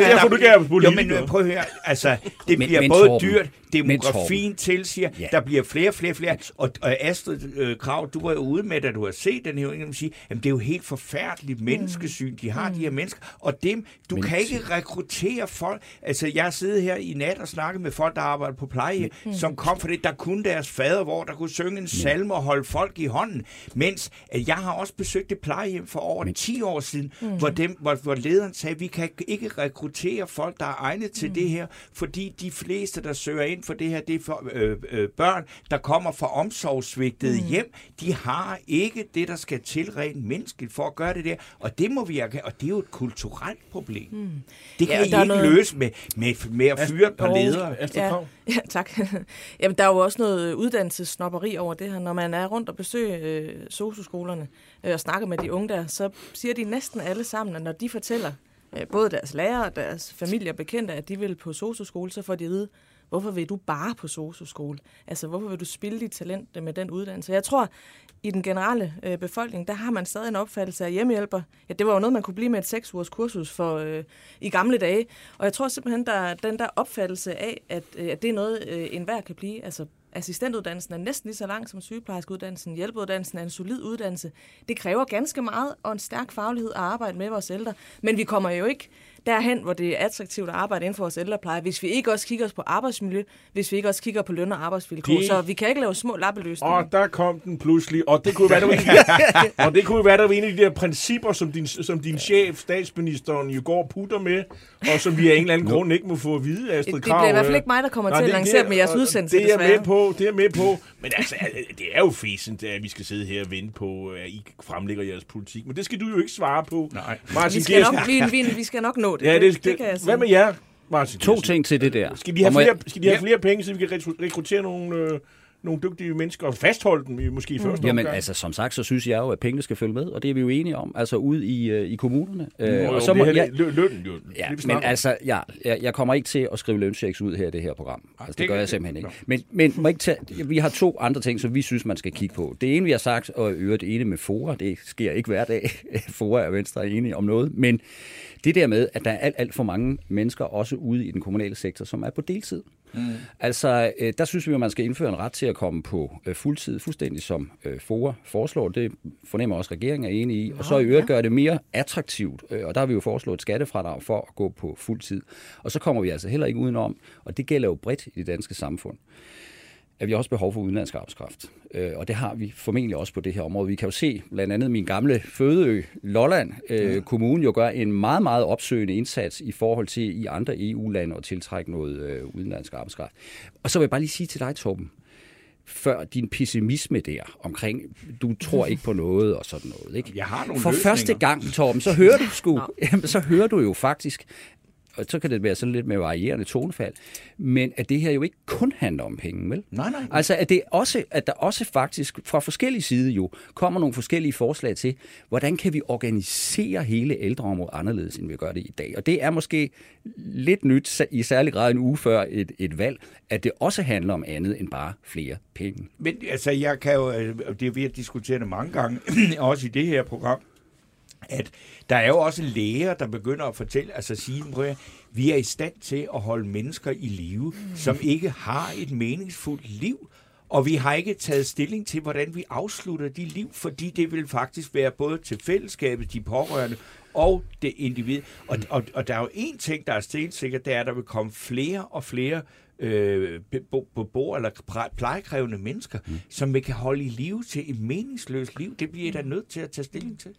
at høre. Altså, det bliver både dyrt, demografien tilsiger, der bliver flere. Og Astrid Krag, du var jo ude med, da du har set den her, at sige, jamen det er jo helt forfærdeligt menneskesyn, de har de her mennesker. Og dem, du kan ikke rekruttere folk. Altså, jeg har siddet her i nat og snakket med folk, der arbejder på plejehjem, som kom for det, der kunne deres fader, hvor der kunne synge en salme og holde folk i hånden. Mens jeg har også besøgt et plejehjem for over 10 år siden, hvor lederen sagde, at vi kan ikke rekruttere folk, der er egnet til det her, fordi de fleste, der søger ind for det her, det er for børn, der kommer fra omsorgssvigtede hjem. De har ikke det, der skal til rent menneskeligt for at gøre det der. Og det må vi have, og det er jo et kulturelt problem. Det kan I ikke løse med at fyre et par ledere. Ja, tak. Jamen, der er jo også noget uddannelsessnobberi over det her. Når man er rundt og besøger sosu-skolerne og snakker med de unge der, så siger de næsten alle sammen, at når de fortæller både deres lærere og deres familie og bekendte, at de vil på sosu-skole, så får de at vide, hvorfor vil du bare på sosu-skole? Altså, hvorfor vil du spilde dit talent med den uddannelse? Jeg tror, i den generelle befolkning, der har man stadig en opfattelse af hjemmehjælper. Ja, det var jo noget, man kunne blive med et 6 ugers kursus for i gamle dage. Og jeg tror simpelthen, der er den der opfattelse af, at det er noget, enhver kan blive. Altså, assistentuddannelsen er næsten lige så lang som sygeplejerskeuddannelsen. Hjælpeuddannelsen er en solid uddannelse. Det kræver ganske meget og en stærk faglighed at arbejde med vores ældre. Men vi kommer jo ikke derhen, hvor det er attraktivt at arbejde inden for vores ældrepleje, hvis vi ikke også kigger os på arbejdsmiljø, hvis vi ikke også kigger på løn- og arbejdsvilkår. Så vi kan ikke lave små lappeløsninger. Og der kom den pludselig, og det kunne være, der var en af de der principper, som din chef, statsministeren, jo går og putter med, og som vi af en eller anden grund ikke må få at vide, Astrid Krag. Det bliver i hvert fald ikke mig, der kommer til at lancere med jeres udsendelse. Det er jeg med på. Men altså, det er jo fæsent, at vi skal sidde her og vente på, at I fremlægger jeres politik. Men det skal du jo ikke svare på. Nej. Martin, vi skal nok nå det. Ja, det kan jeg sige. Hvad med jer, Martin? 2 ting til det der. Skal de have flere penge, så vi kan rekruttere nogle dygtige mennesker og fastholde dem måske i første omgang? Jamen altså, som sagt, så synes jeg jo, at pengene skal følge med, og det er vi jo enige om, altså ude i kommunerne. Og så må lønnen jo. Ja, men altså, jeg kommer ikke til at skrive lønchecks ud her i det her program. Altså, det gør jeg simpelthen ikke. Men må ikke vi har 2 andre ting, som vi synes, man skal kigge på. Det ene, vi har sagt, og det ene med FOA, det sker ikke hver dag. FOA og Venstre er enige om noget, men det der med, at der er alt for mange mennesker, også ude i den kommunale sektor, som er på deltid. Altså, der synes vi, at man skal indføre en ret til at komme på fuldtid, fuldstændig som FOA foreslår. Det fornemmer også, at regeringen er enige i. Og så i øvrigt gøre det mere attraktivt. Og der har vi jo foreslået et skattefradrag for at gå på fuldtid. Og så kommer vi altså heller ikke udenom, og det gælder jo bredt i det danske samfund, at vi har også behov for udenlandsk arbejdskraft. Og det har vi formentlig også på det her område. Vi kan jo se, blandt andet min gamle fødeø, Lolland Kommune, jo gør en meget, meget opsøgende indsats i forhold til i andre EU-lande at tiltrække noget udenlandsk arbejdskraft. Og så vil jeg bare lige sige til dig, Torben, før din pessimisme der omkring, du tror ikke på noget og sådan noget. Ikke? Jeg har nogle For løsninger. første gang, Torben, så hører du jo faktisk, og så kan det være sådan lidt med varierende tonefald, men at det her jo ikke kun handler om penge, vel? Nej. Altså, at der også faktisk fra forskellige sider jo kommer nogle forskellige forslag til, hvordan kan vi organisere hele ældreområdet anderledes, end vi gør det i dag. Og det er måske lidt nyt, i særlig grad en uge før et valg, at det også handler om andet end bare flere penge. Men altså, jeg kan jo, det er vi har diskuteret det mange gange, også i det her program, at der er jo også læger, der begynder at fortælle, altså sige, at vi er i stand til at holde mennesker i live, som ikke har et meningsfuldt liv. Og vi har ikke taget stilling til, hvordan vi afslutter de liv, fordi det vil faktisk være både til fællesskabet, de pårørende og det individ. Og der er jo en ting, der er stensikkert, det er, at der vil komme flere og flere beboere eller plejekrævende mennesker, som vi kan holde i live til et meningsløst liv. Det bliver I da nødt til at tage stilling til.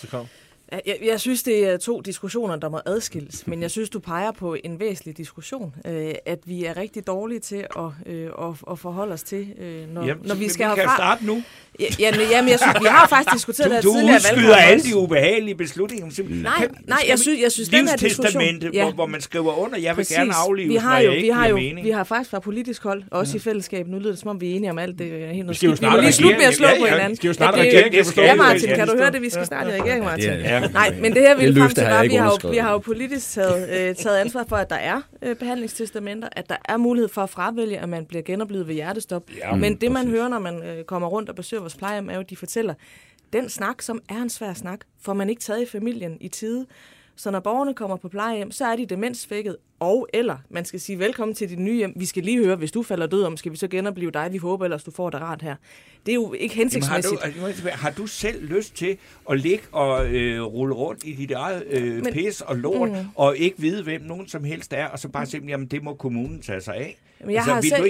Jeg synes, det er to diskussioner, der må adskilles, men jeg synes, du peger på en væsentlig diskussion, at vi er rigtig dårlige til at forholde os til, når vi skal herfra. Kan starte nu? Jamen, jeg synes, vi har faktisk diskuteret det her tidligere. Du udskyder alle de ubehagelige beslutninger. Nej, jeg synes den her diskussion... Livstestamente, hvor man skriver under, jeg vil præcis. gerne aflives, når jeg ikke giver mening. Vi har faktisk fra politisk hold, også i fællesskab, nu lyder det som om, vi er enige om alt det. Vi må snart lige slutte med at slå på hinanden. Skal jo snart regering. Ja, Martin, kan du høre det? Vi skal snart i regering, Martin. Nej, men det her vi frem til var, vi har jo politisk taget ansvar for, at der er behandlingstestamenter, at der er mulighed for at fravælge, at man bliver genoplevet ved hjertestop. Men det, man hører, når man kommer rundt og besøger vores plejehjem, er jo, de fortæller, den snak, som er en svær snak, får man ikke taget i familien i tide. Så når borgerne kommer på plejehjem, så er de demensvækket, eller man skal sige velkommen til dit nye hjem. Vi skal lige høre, hvis du falder død om, skal vi så genopleve dig? Vi håber ellers, du får det rart her. Det er jo ikke hensigtsmæssigt. Har du selv lyst til at ligge og rulle rundt i dit eget pis og lort, og ikke vide, hvem nogen som helst er, og så bare sige, jamen det må kommunen tage sig af? Jeg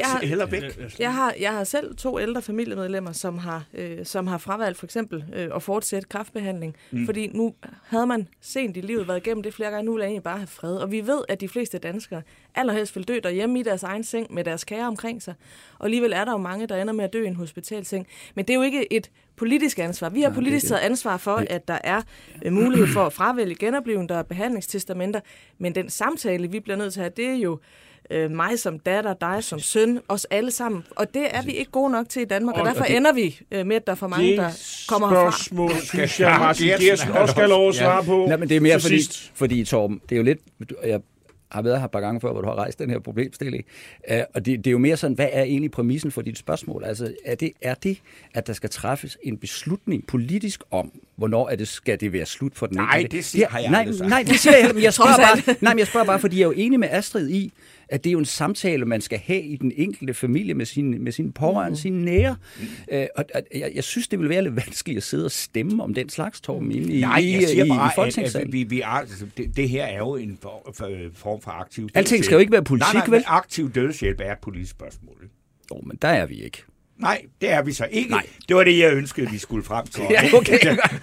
har selv 2 ældre familiemedlemmer, som har fravalgt for eksempel at fortsætte kræftbehandling, fordi nu havde man sent i livet været igennem det flere gange, nu vil jeg egentlig bare have fred. Og vi ved, at de fleste danskere allerhelst vil dø derhjemme i deres egen seng med deres kære omkring sig. Og alligevel er der jo mange, der ender med at dø i en hospitalseng. Men det er jo ikke et politisk ansvar. Vi har politisk taget ansvar for, at der er mulighed for at fravælge genoplivning, der er behandlingstestamenter. Men den samtale, vi bliver nødt til at have, det er jo mig som datter, dig som søn, os alle sammen. Og det er vi ikke gode nok til i Danmark, og derfor ender vi med, at der er for mange, der kommer herfra. Det spørgsmål, synes jeg, Martin Geertsen også skal lov at svare på. Nej, men det er mere fordi Torben, det er jo lidt... Jeg har været her et par gange før, hvor du har rejst den her problemstilling. Og det er jo mere sådan, hvad er egentlig præmissen for dit spørgsmål? Altså, er det, at der skal træffes en beslutning politisk om, hvornår skal det være slut for den enkelte? Nej, det siger jeg aldrig sagt. Nej, det siger jeg. Men jeg spørger bare, fordi jeg er jo enig med Astrid i, at det er jo en samtale, man skal have i den enkelte familie med sine pårørende, sine nære. Og jeg synes, det vil være lidt vanskeligt at sidde og stemme om den slags, Torben, i Folketingssalen. Det her er jo en form for aktiv dødshjælp. Alting skal jo ikke være politik, vel? Aktiv dødshjælp er et politisk spørgsmål. Jo, men der er vi ikke. Nej, det er vi så ikke. Nej. Det var det, jeg ønskede, vi skulle frem til. Ja, okay.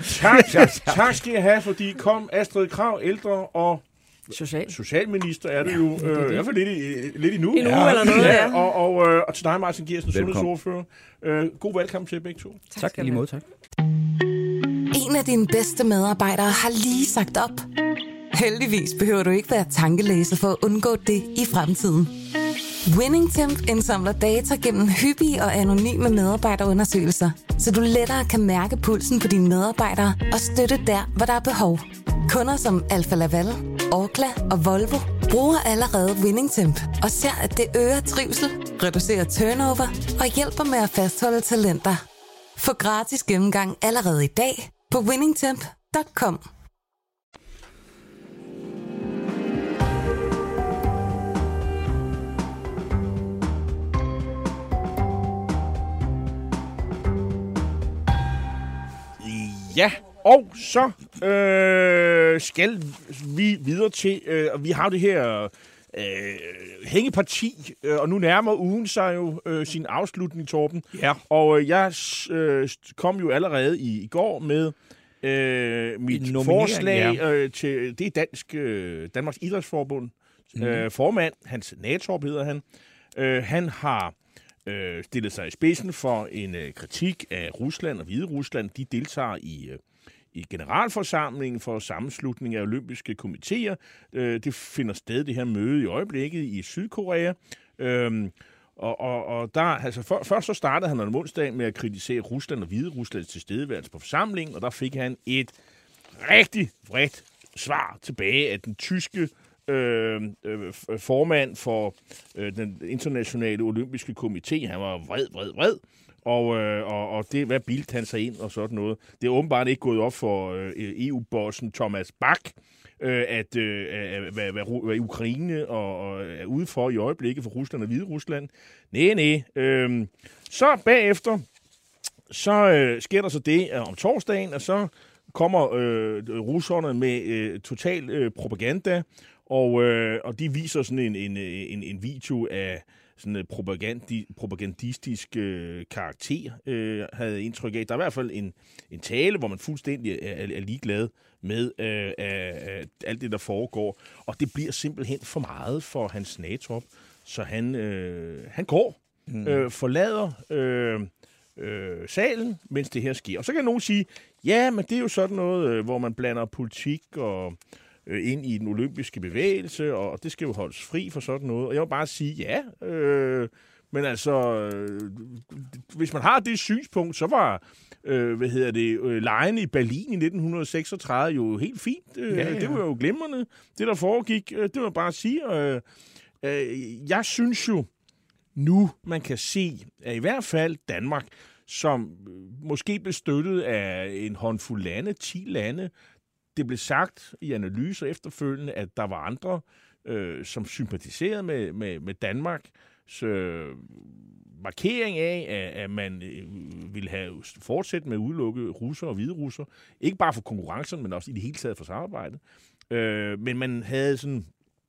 Tak skal jeg have, fordi kom Astrid Krag, ældre og socialminister er du jo, i hvert fald lidt endnu. En uge eller noget, ja. Og til dig, Martin Geertsen, sundhedsordfører. God valgkamp til begge to. Tak, lige måde, tak. En af dine bedste medarbejdere har lige sagt op. Heldigvis behøver du ikke være tankelæser for at undgå det i fremtiden. WinningTemp indsamler data gennem hyppige og anonyme medarbejderundersøgelser, så du lettere kan mærke pulsen på dine medarbejdere og støtte der, hvor der er behov. Kunder som Alfa Laval, Orkla og Volvo bruger allerede WinningTemp og ser, at det øger trivsel, reducerer turnover og hjælper med at fastholde talenter. Få gratis gennemgang allerede i dag på winningtemp.com. Ja, og så skal vi videre til, og vi har det her hængeparti, og nu nærmer ugen sig jo sin afslutning, Torben. Ja. Og jeg kom jo allerede i går med mit forslag til, det er Danmarks Idrætsforbund formand, Hans Natorp hedder han. Han har stillet sig i spidsen for en kritik af Rusland og Hvide Rusland. De deltager i generalforsamlingen for sammenslutning af olympiske komitéer. Det finder sted, det her møde i øjeblikket i Sydkorea. Og der, altså først så startede han om onsdag med at kritisere Rusland og Hvide Ruslands tilstedeværelse på forsamlingen, og der fik han et rigtig vredt svar tilbage af den tyske formand for den internationale olympiske komité. Han var vred. Og det, hvad bildte han sig ind og sådan noget. Det er åbenbart ikke gået op for EU-bossen Thomas Bach, hvad Ukraine og er ude for i øjeblikket for Rusland og Hvide Rusland. Nej. Så bagefter, så sker der så det om torsdagen, og så kommer russerne med total propaganda, og de viser sådan en video af sådan en propagandistisk karakter, havde indtryk af. Der er i hvert fald en tale, hvor man fuldstændig er ligeglad med alt det, der foregår. Og det bliver simpelthen for meget for Hans Natorp, så han går, forlader salen, mens det her sker. Og så kan nogen sige, ja, men det er jo sådan noget, hvor man blander politik og ind i den olympiske bevægelse, og det skal jo holdes fri for sådan noget. Og jeg vil bare sige, ja, men altså, hvis man har det synspunkt, så var legene i Berlin i 1936 jo helt fint. Det var jo glimrende, det der foregik. Det vil jeg bare sige. Jeg synes jo, nu man kan se, at i hvert fald Danmark, som måske blev støttet af en håndfuld lande, 10 lande, det blev sagt i analyser efterfølgende, at der var andre, som sympatiserede med Danmarks markering af, at man ville have fortsat med at udelukke russer og hvide russer. Ikke bare for konkurrencen, men også i det hele taget for samarbejdet. Men man havde sådan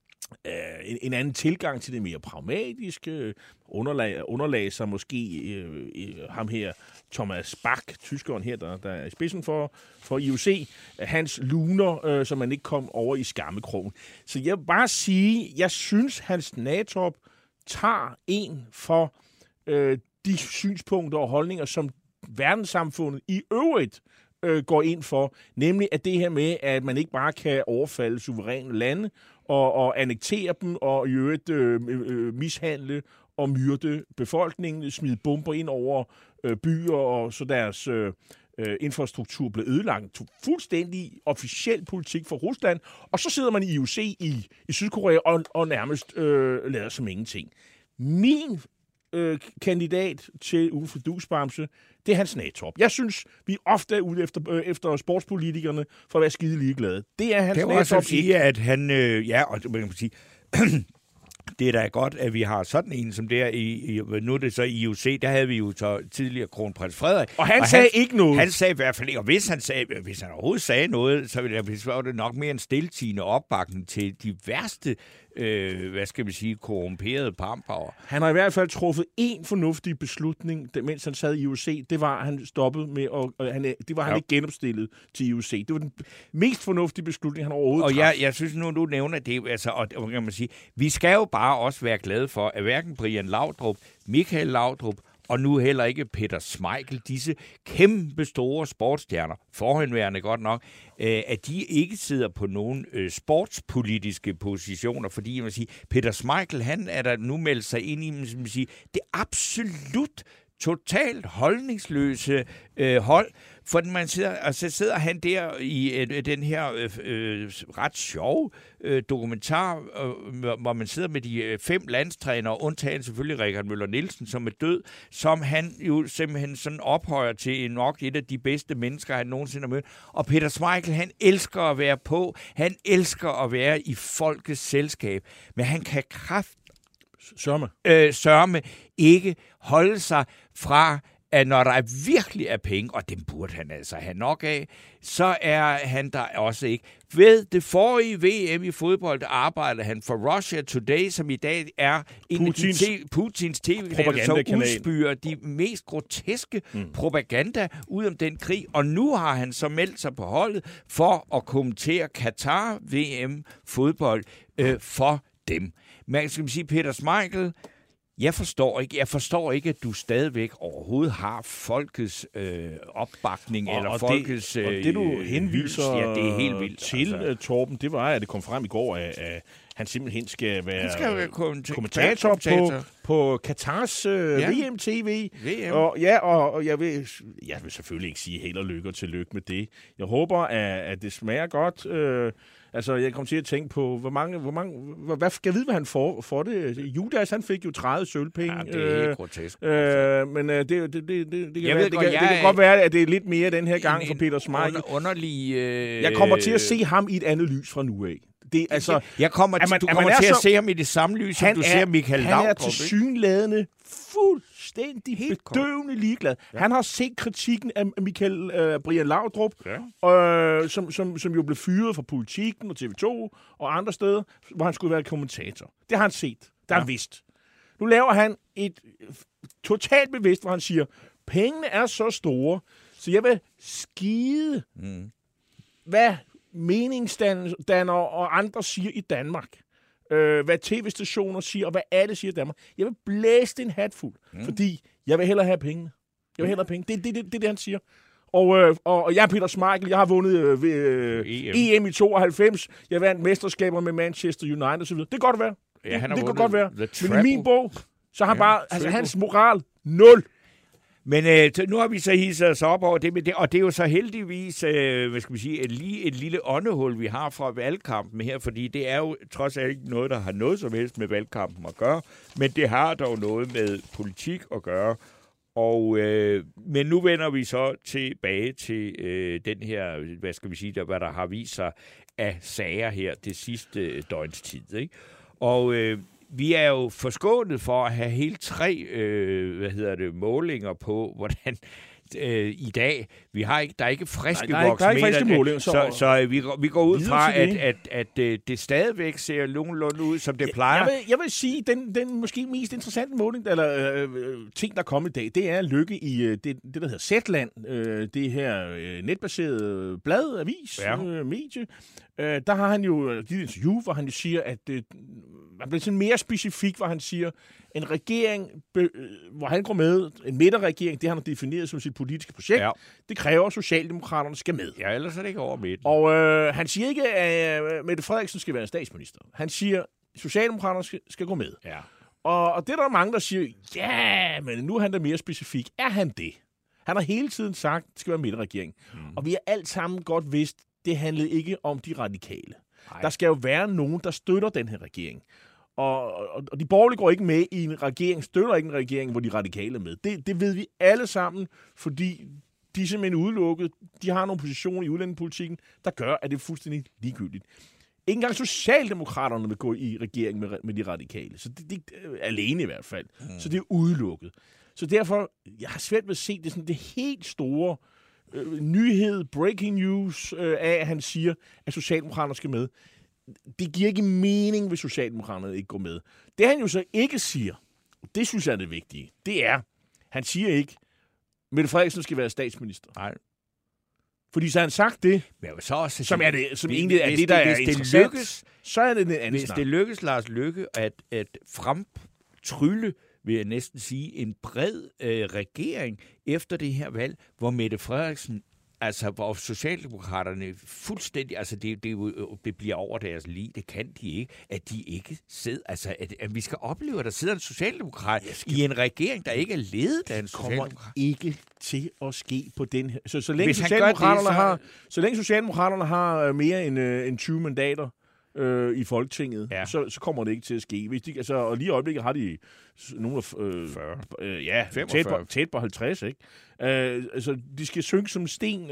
en anden tilgang til det mere pragmatiske, underlagde sig måske ham her, Thomas Bach, tyskeren her, der er i spidsen for IOC, hans luner, så man ikke kom over i skammekrogen. Så jeg vil bare sige, jeg synes, Hans Natorp tager en for de synspunkter og holdninger, som verdenssamfundet i øvrigt går ind for, nemlig at det her med, at man ikke bare kan overfalde suveræne lande og annektere dem og i øvrigt mishandle og myrde befolkningen, smide bomber ind over byer, og så deres infrastruktur blev ødelagt. Fuldstændig officiel politik for Rusland, og så sidder man i IOC i Sydkorea og nærmest lader som ingenting. Min kandidat til ugen for Dusbamse, det er Hans Natorp. Jeg synes, vi ofte er ude efter sportspolitikerne for at være skide ligeglade. Det er Hans Natorp. Kan jeg også sige, at han... og man kan sige... Det er da godt, at vi har sådan en som der nu er det så i IOC, der havde vi jo så tidligere kronprins Frederik. Og han sagde ikke noget. Han sagde i hvert fald ikke, og hvis han overhovedet sagde noget, så ville det nok mere en stiltiende opbakning til de værste, korrumperede pampere. Han har i hvert fald truffet en fornuftig beslutning, mens han sad i IOC. Det var, at han stoppede med, han ikke genopstillet til IOC. Det var den mest fornuftige beslutning, han overhovedet traf. Og jeg synes nu, du nævner det, altså, og kan man sige, vi skal jo bare også være glade for, at hverken Brian Laudrup, Michael Laudrup og nu heller ikke Peter Schmeichel, disse kæmpe store sportsstjerner, forhenværende godt nok, at de ikke sidder på nogen sportspolitiske positioner, fordi man siger, Peter Schmeichel, han er der nu meldt sig ind i det absolut totalt holdningsløse hold, for man sidder han der i den her ret sjove dokumentar, hvor man sidder med de 5 landstrænere, undtagen selvfølgelig Richard Møller Nielsen, som er død, som han jo simpelthen sådan ophøjer til nok et af de bedste mennesker, han nogensinde har mødt. Og Peter Schmeichel, han elsker at være på, han elsker at være i folkets selskab, men han kan sørme ikke holde sig fra at når der virkelig er penge, og dem burde han altså have nok af, så er han der også ikke. Ved det forrige VM i fodbold arbejdede han for Russia Today, som i dag er Putins tv-kanal, som udspyrer de mest groteske propaganda ud om den krig. Og nu har han så meldt sig på holdet for at kommentere Qatar VM fodbold for dem. Man skal sige, Peter Smeichel, jeg forstår ikke, at du stadigvæk overhovedet har folkets opbakning, eller folkets og det, du henviser det er helt vildt, til, Torben, det var, at det kom frem i går, at han simpelthen skal være kommentator på Qatars VM-TV. Og jeg vil selvfølgelig ikke sige held og lykke og tillykke med det. Jeg håber, at det smager godt. Jeg kom til at tænke på, hvad skal jeg vide, hvad han får for det? Judas, han fik jo 30 sølvpenge. Ja, det er helt grotesk. Men det kan godt være, at det er lidt mere den her gang for Peter Smeichel. Jeg kommer til at se ham i et andet lys fra nu af. Du kommer til at se ham i det samme lys, som du ser Michael Laudrup. Han er tilsyneladende fuldstændig bedøvende ligeglad. Ja. Han har set kritikken af Brian Laudrup, som jo blev fyret fra Politikken og TV2 og andre steder, hvor han skulle være kommentator. Det har han set. Det har han vidst. Nu laver han et totalt bevidst, hvor han siger, pengene er så store, så jeg vil skide, hvad meningsdannere og andre siger i Danmark. Hvad tv-stationer siger, og hvad alle siger i Danmark. Jeg vil blæse en hatfuld, fordi jeg vil hellere have pengene. Jeg vil hellere have penge. Det er det, han siger. Og jeg er Peter Smeichel. Jeg har vundet EM i 92. Jeg vandt mesterskaber med Manchester United osv. Det kan godt være. Ja, det kan godt være. Men i min bog, så har han bare, hans moral 0. Men nu har vi så hisset os op over det, og det er jo så heldigvis, lige et lille åndehul, vi har fra valgkampen her, fordi det er jo trods alt ikke noget, der har noget som helst med valgkampen at gøre, men det har dog noget med politik at gøre. Men nu vender vi så tilbage til den her, hvad der har vist sig af sager her det sidste døgns tid, ikke? Og vi er jo forskånet for at have helt 3 målinger på, hvordan i dag. Der er ikke friske voksmeter, så vi går ud fra, at det stadigvæk ser nogenlunde ud, som det plejer. Jeg vil sige, den måske mest interessante måling, eller ting, der er kommet i dag, det er Løkke i det der hedder Zetland, det her netbaserede blad, avis, medie. Der har han jo givet et interview, hvor han jo siger, at han bliver sådan mere specifik, hvor han siger, en regering, hvor han går med, en midterregering, det han har defineret som sit politiske projekt, det kræver, at Socialdemokraterne skal med. Ja, ellers er det ikke over midten. Og han siger ikke, at Mette Frederiksen skal være statsminister. Han siger, at Socialdemokraterne skal gå med. Ja. Og det er der mange, der siger, men nu er han da mere specifik. Er han det? Han har hele tiden sagt, at det skal være midterregering. Og vi har alt sammen godt vidst, det handlede ikke om de radikale. Nej. Der skal jo være nogen, der støtter den her regering. Og de borgerlige går ikke med i en regering, støtter ikke en regering, hvor de radikale er med. Det ved vi alle sammen, fordi de er simpelthen udelukket. De har nogle positioner i udlændingepolitikken, der gør, at det er fuldstændig ligegyldigt. Ikke engang Socialdemokraterne vil gå i regering med de radikale. Så det er alene i hvert fald. Så det er udelukket. Så derfor, jeg har svært ved at se det, sådan, det helt store nyhed, breaking news af, at han siger, at Socialdemokraterne skal med. Det giver ikke mening, hvis Socialdemokraterne ikke går med. Det han jo så ikke siger, det synes jeg er det vigtige, det er, han siger ikke, Mette Frederiksen skal være statsminister. Nej. Fordi så har han sagt det, som egentlig er det, der er interessant, så er det en anden snak. Hvis det lykkes Lars Løkke at fremtrylle, vil jeg næsten sige, en bred regering efter det her valg, hvor Mette Frederiksen, altså hvor Socialdemokraterne fuldstændig, altså det bliver over deres liv, det kan de ikke, at de ikke sidder, altså at vi skal opleve, at der sidder en socialdemokrat i en regering, der ikke er ledet af en socialdemokrat. Det kommer ikke til at ske på den her. Så længe Socialdemokraterne har mere end 20 mandater, i Folketinget, så kommer det ikke til at ske. Hvis de, og lige i øjeblikket har de nogle af 40. Tæt på 50, ikke? De skal synke som sten,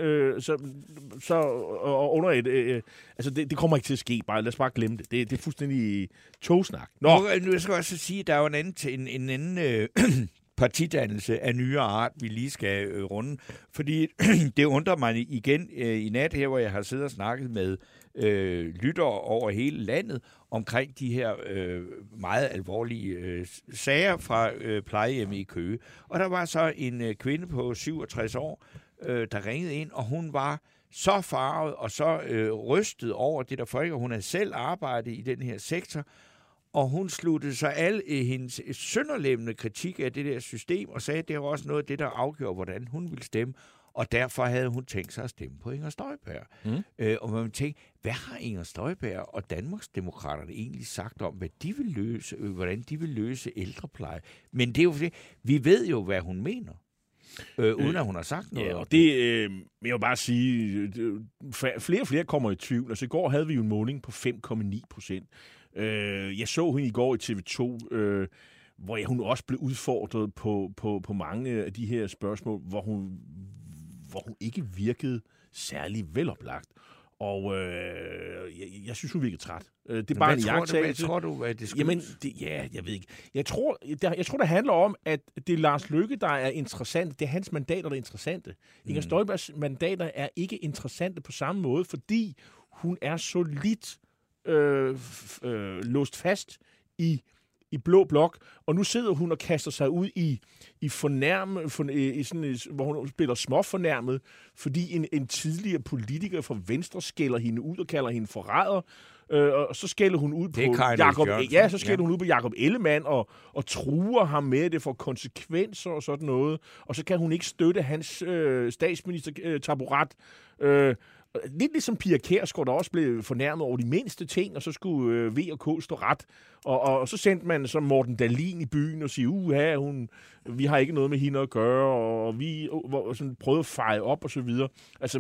og under et... det kommer ikke til at ske. Lad os bare glemme det. Det er fuldstændig togsnak. Nu skal jeg også sige, at der er jo en anden partidannelse af nyere art, vi lige skal runde. Fordi det undrer mig igen i nat her, hvor jeg har siddet og snakket med lyttere over hele landet omkring de her meget alvorlige sager fra plejehjem i Køge. Og der var så en kvinde på 67 år, der ringede ind, og hun var så farvet og så rystet over det der folk, og hun havde selv arbejdet i den her sektor, og hun sluttede sig al hendes sønderlemmende kritik af det der system, og sagde, at det var også noget af det, der afgjorde, hvordan hun ville stemme, og derfor havde hun tænkt sig at stemme på Inger Støjberg. Og man tænkte, hvad har Inger Støjberg og Danmarksdemokraterne egentlig sagt om, hvad de vil løse, hvordan de vil løse ældrepleje? Men det er jo fordi, vi ved jo, hvad hun mener. Uden at hun har sagt noget. Ja, og det vil jeg bare sige, flere og flere kommer i tvivl. Altså i går havde vi jo en måling på 5,9%. Jeg så hende i går i TV2, hvor hun også blev udfordret på mange af de her spørgsmål, hvor hun ikke virkede særlig veloplagt. Og jeg synes, hun virkede træt. Det er bare en iagttagelse. Hvad tror du, hvad det skulle? Jamen, jeg ved ikke. Jeg tror, det handler om, at det er Lars Løkke, der er interessant. Det er hans mandater, der er interessante. Inger Støjbergs mandater er ikke interessante på samme måde, fordi hun er så lidt låst fast i blå blok, og nu sidder hun og kaster sig ud i hvor hun spiller småfornærmet, fordi en tidligere politiker fra Venstre skælder hende ud og kalder hende forræder, og så skælder hun ud på Jakob Ellemann og truer ham med det for konsekvenser og sådan noget, og så kan hun ikke støtte hans statsminister-taburet. Lidt ligesom Pia Kjærsgaard, der også blev fornærmet over de mindste ting, og så skulle V og K stå ret. Og så sendte man så Morten Dahlin i byen og sige, vi har ikke noget med hende at gøre, og vi sådan prøvede at feje op og så videre. Altså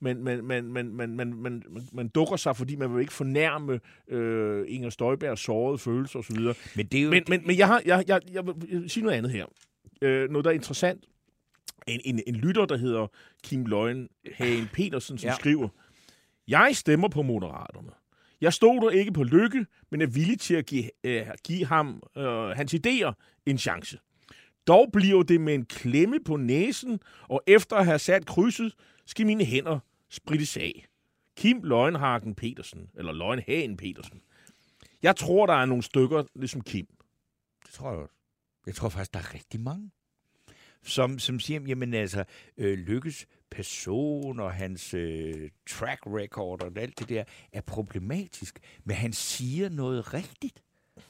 man dukker sig, fordi man vil ikke fornærme Inger Støjbergs sårede følelser og så videre. Men det er jo men jeg vil sige noget andet her. Noget, der er interessant. En lytter, der hedder Kim Løjen-Hagen Petersen, som skriver, jeg stemmer på Moderaterne. Jeg stoler ikke på Løkke, men er villig til at give ham hans idéer en chance. Dog bliver det med en klemme på næsen, og efter at have sat krydset, skal mine hænder sprittes af. Kim Løjen-Hagen Petersen, eller Løjen-Hagen Petersen. Jeg tror, der er nogle stykker, ligesom Kim. Det tror jeg også. Jeg tror faktisk, der er rigtig mange. Som siger, jamen altså, Løkkes person og hans track record og alt det der er problematisk, men han siger noget rigtigt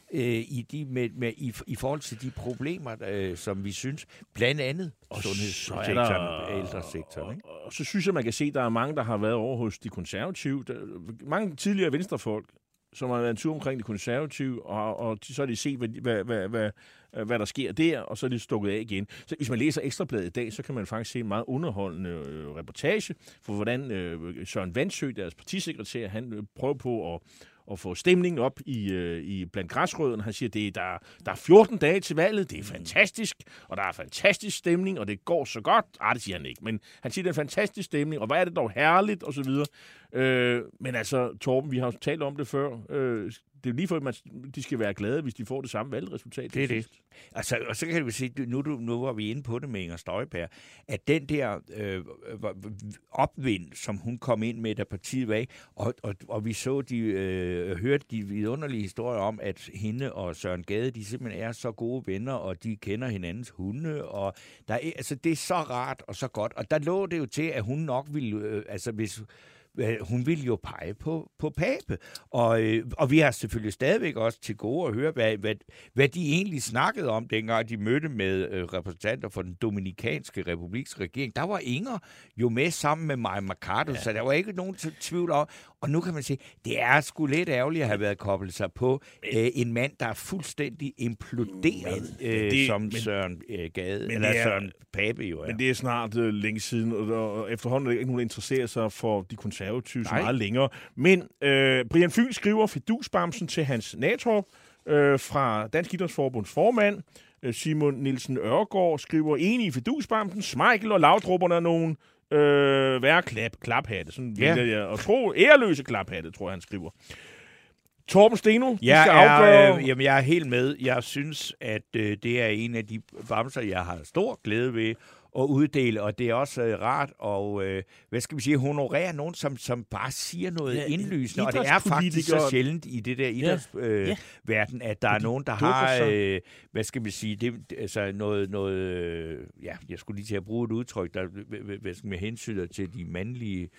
i forhold til de problemer, som vi synes, blandt andet sundhedssektoren og ældresektoren. Og så synes jeg, man kan se, at der er mange, der har været over hos de konservative. Mange tidligere venstrefolk, som har været en tur omkring de konservative, og så har de set, hvad der sker der, og så er de stukket af igen. Så hvis man læser Ekstrabladet i dag, så kan man faktisk se en meget underholdende reportage for, hvordan Søren Vandsø, deres partisekretær, han prøver på at få stemningen op blandt græsrødderne. Han siger, at der er 14 dage til valget, det er fantastisk, og der er fantastisk stemning, og det går så godt. Det siger han ikke, men han siger, det er en fantastisk stemning, og hvor er det dog herligt, og så videre. Men altså, Torben, vi har jo talt om det før, det er jo lige for, at de skal være glade, hvis de får det samme valgresultat. Det er det. Altså, og så kan vi se, nu var vi inde på det med Inger Støjberg, at den der opvind, som hun kom ind med, da partiet var ikke, og vi så hørte de vidunderlige historier om, at hende og Søren Gade, de simpelthen er så gode venner, og de kender hinandens hunde, og det er så rart og så godt. Og der lå det jo til, at hun nok ville, hun ville jo pege på Pape. Og vi har selvfølgelig stadigvæk også til gode at høre, hvad de egentlig snakkede om, dengang de mødte med repræsentanter for den Dominikanske Republiks regering. Der var Inger jo med sammen med Maja Mercado, så der var ikke nogen tvivl om. Og nu kan man sige, det er sgu lidt ærgerligt at have været koblet sig på en mand, der er fuldstændig imploderet, som Søren Gade, eller Søren Pape jo er. Men det er snart længe siden, og efterhånden er der ikke nogen, der interesserer sig for de konservative så meget længere. Men Brian Fyn skriver fidusbamsen til Hans Nathorp fra Dansk Idrætsforbunds formand. Simon Nielsen Ørgaard skriver enig i fidusbamsen. Smeichel og Laudrupperne er nogen værre klaphatte. Sådan vil jeg tro. Æreløse klaphatte, tror jeg, han skriver. Torben Steno, skal afgøre... Jamen, jeg er helt med. Jeg synes, at det er en af de bamser, jeg har stor glæde ved at uddele, og det er også rart at, honorere nogen, som bare siger noget indlysende, og det er faktisk så sjældent i det der idrætsverden, at der er nogen, der har, jeg skulle lige til at bruge et udtryk, der med hensyn til de mandlige...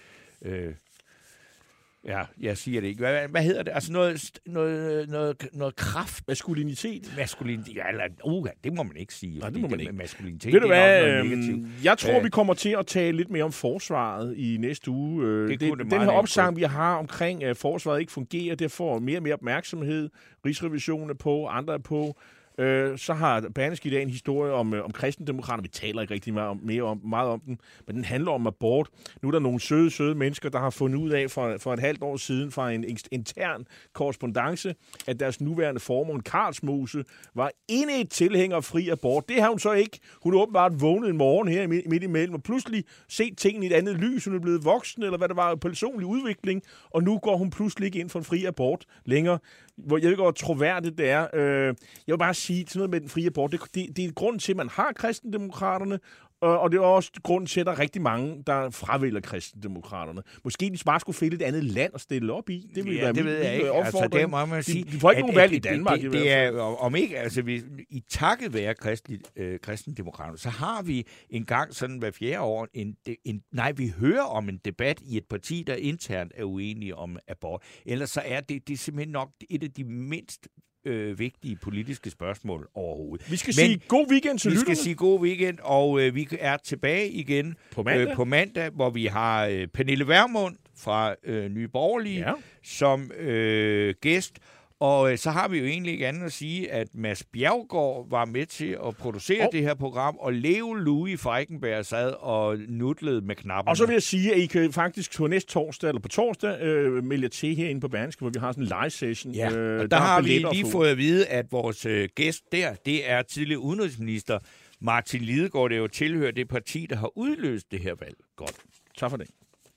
Ja, jeg siger det ikke. Hvad hedder det? Altså noget kraft. Maskulinitet. Ja, eller, det må man ikke sige. Nej, det må man ikke. Maskulinitet, ved du hvad, jeg tror, vi kommer til at tale lidt mere om forsvaret i næste uge. Den her opsang, vi har omkring, at forsvaret ikke fungerer, det får mere og mere opmærksomhed. Rigsrevisionen er på, andre er på. Så har Berlingske i dag en historie om kristendemokrater. Vi taler ikke rigtig meget om den, men den handler om abort. Nu er der nogle søde mennesker, der har fundet ud af for et halvt år siden fra en intern korrespondance, at deres nuværende formand, Karlsmose, var inde et tilhænger af fri abort. Det har hun så ikke. Hun er åbenbart vågnet en morgen her midt imellem, og pludselig set tingene i et andet lys. Hun er blevet voksen, eller hvad der var, personlig udvikling, og nu går hun pludselig ikke ind for en fri abort længere. Hvor jeg ved ikke, hvor troværdigt det er. Jeg vil bare sige, sådan noget med den frie abort, det er grund til, at man har kristendemokraterne, og det er også grund til, at der er rigtig mange, der fravælger kristendemokraterne. Måske de bare skulle finde et andet land at stille op i. Det vil være det ved jeg ikke. Altså, det må man sige. De får ikke nogen valg i Danmark. Det er, om ikke, altså i takket være kristendemokraterne, så har vi en gang sådan hver fjerde år, vi hører om en debat i et parti, der internt er uenige om abort. Ellers så er det simpelthen nok et af de mindst vigtige politiske spørgsmål overhovedet. Vi skal sige god weekend til lytterne. Vi skal sige god weekend, og vi er tilbage igen på mandag, hvor vi har Pernille Vermund fra Nye Borgerlige som gæst. Og så har vi jo egentlig ikke andet at sige, at Mads Bjerggaard var med til at producere det her program, og Leo Louis Feigenberg sad og nutlede med knapperne. Og så vil jeg sige, at I kan faktisk på torsdag melde til herinde på Berlingske, hvor vi har sådan en live session. Ja, og der har vi lige fået at vide, at vores gæst det er tidligere udenrigsminister Martin Lidegaard, der jo tilhører det parti, der har udløst det her valg. Godt. Tak for det.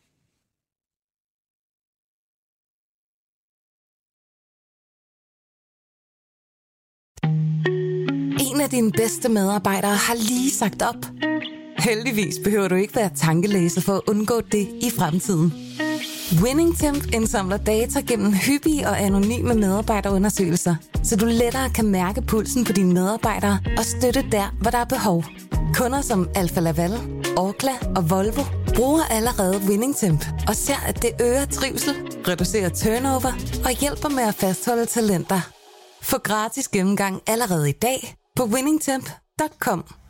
En af dine bedste medarbejdere har lige sagt op. Heldigvis behøver du ikke være tankelæser for at undgå det i fremtiden. WinningTemp indsamler data gennem hyppige og anonyme medarbejderundersøgelser, så du lettere kan mærke pulsen på dine medarbejdere og støtte der, hvor der er behov. Kunder som Alfa Laval, Orkla og Volvo bruger allerede WinningTemp og ser, at det øger trivsel, reducerer turnover og hjælper med at fastholde talenter. Få gratis gennemgang allerede i dag på winningtemp.com.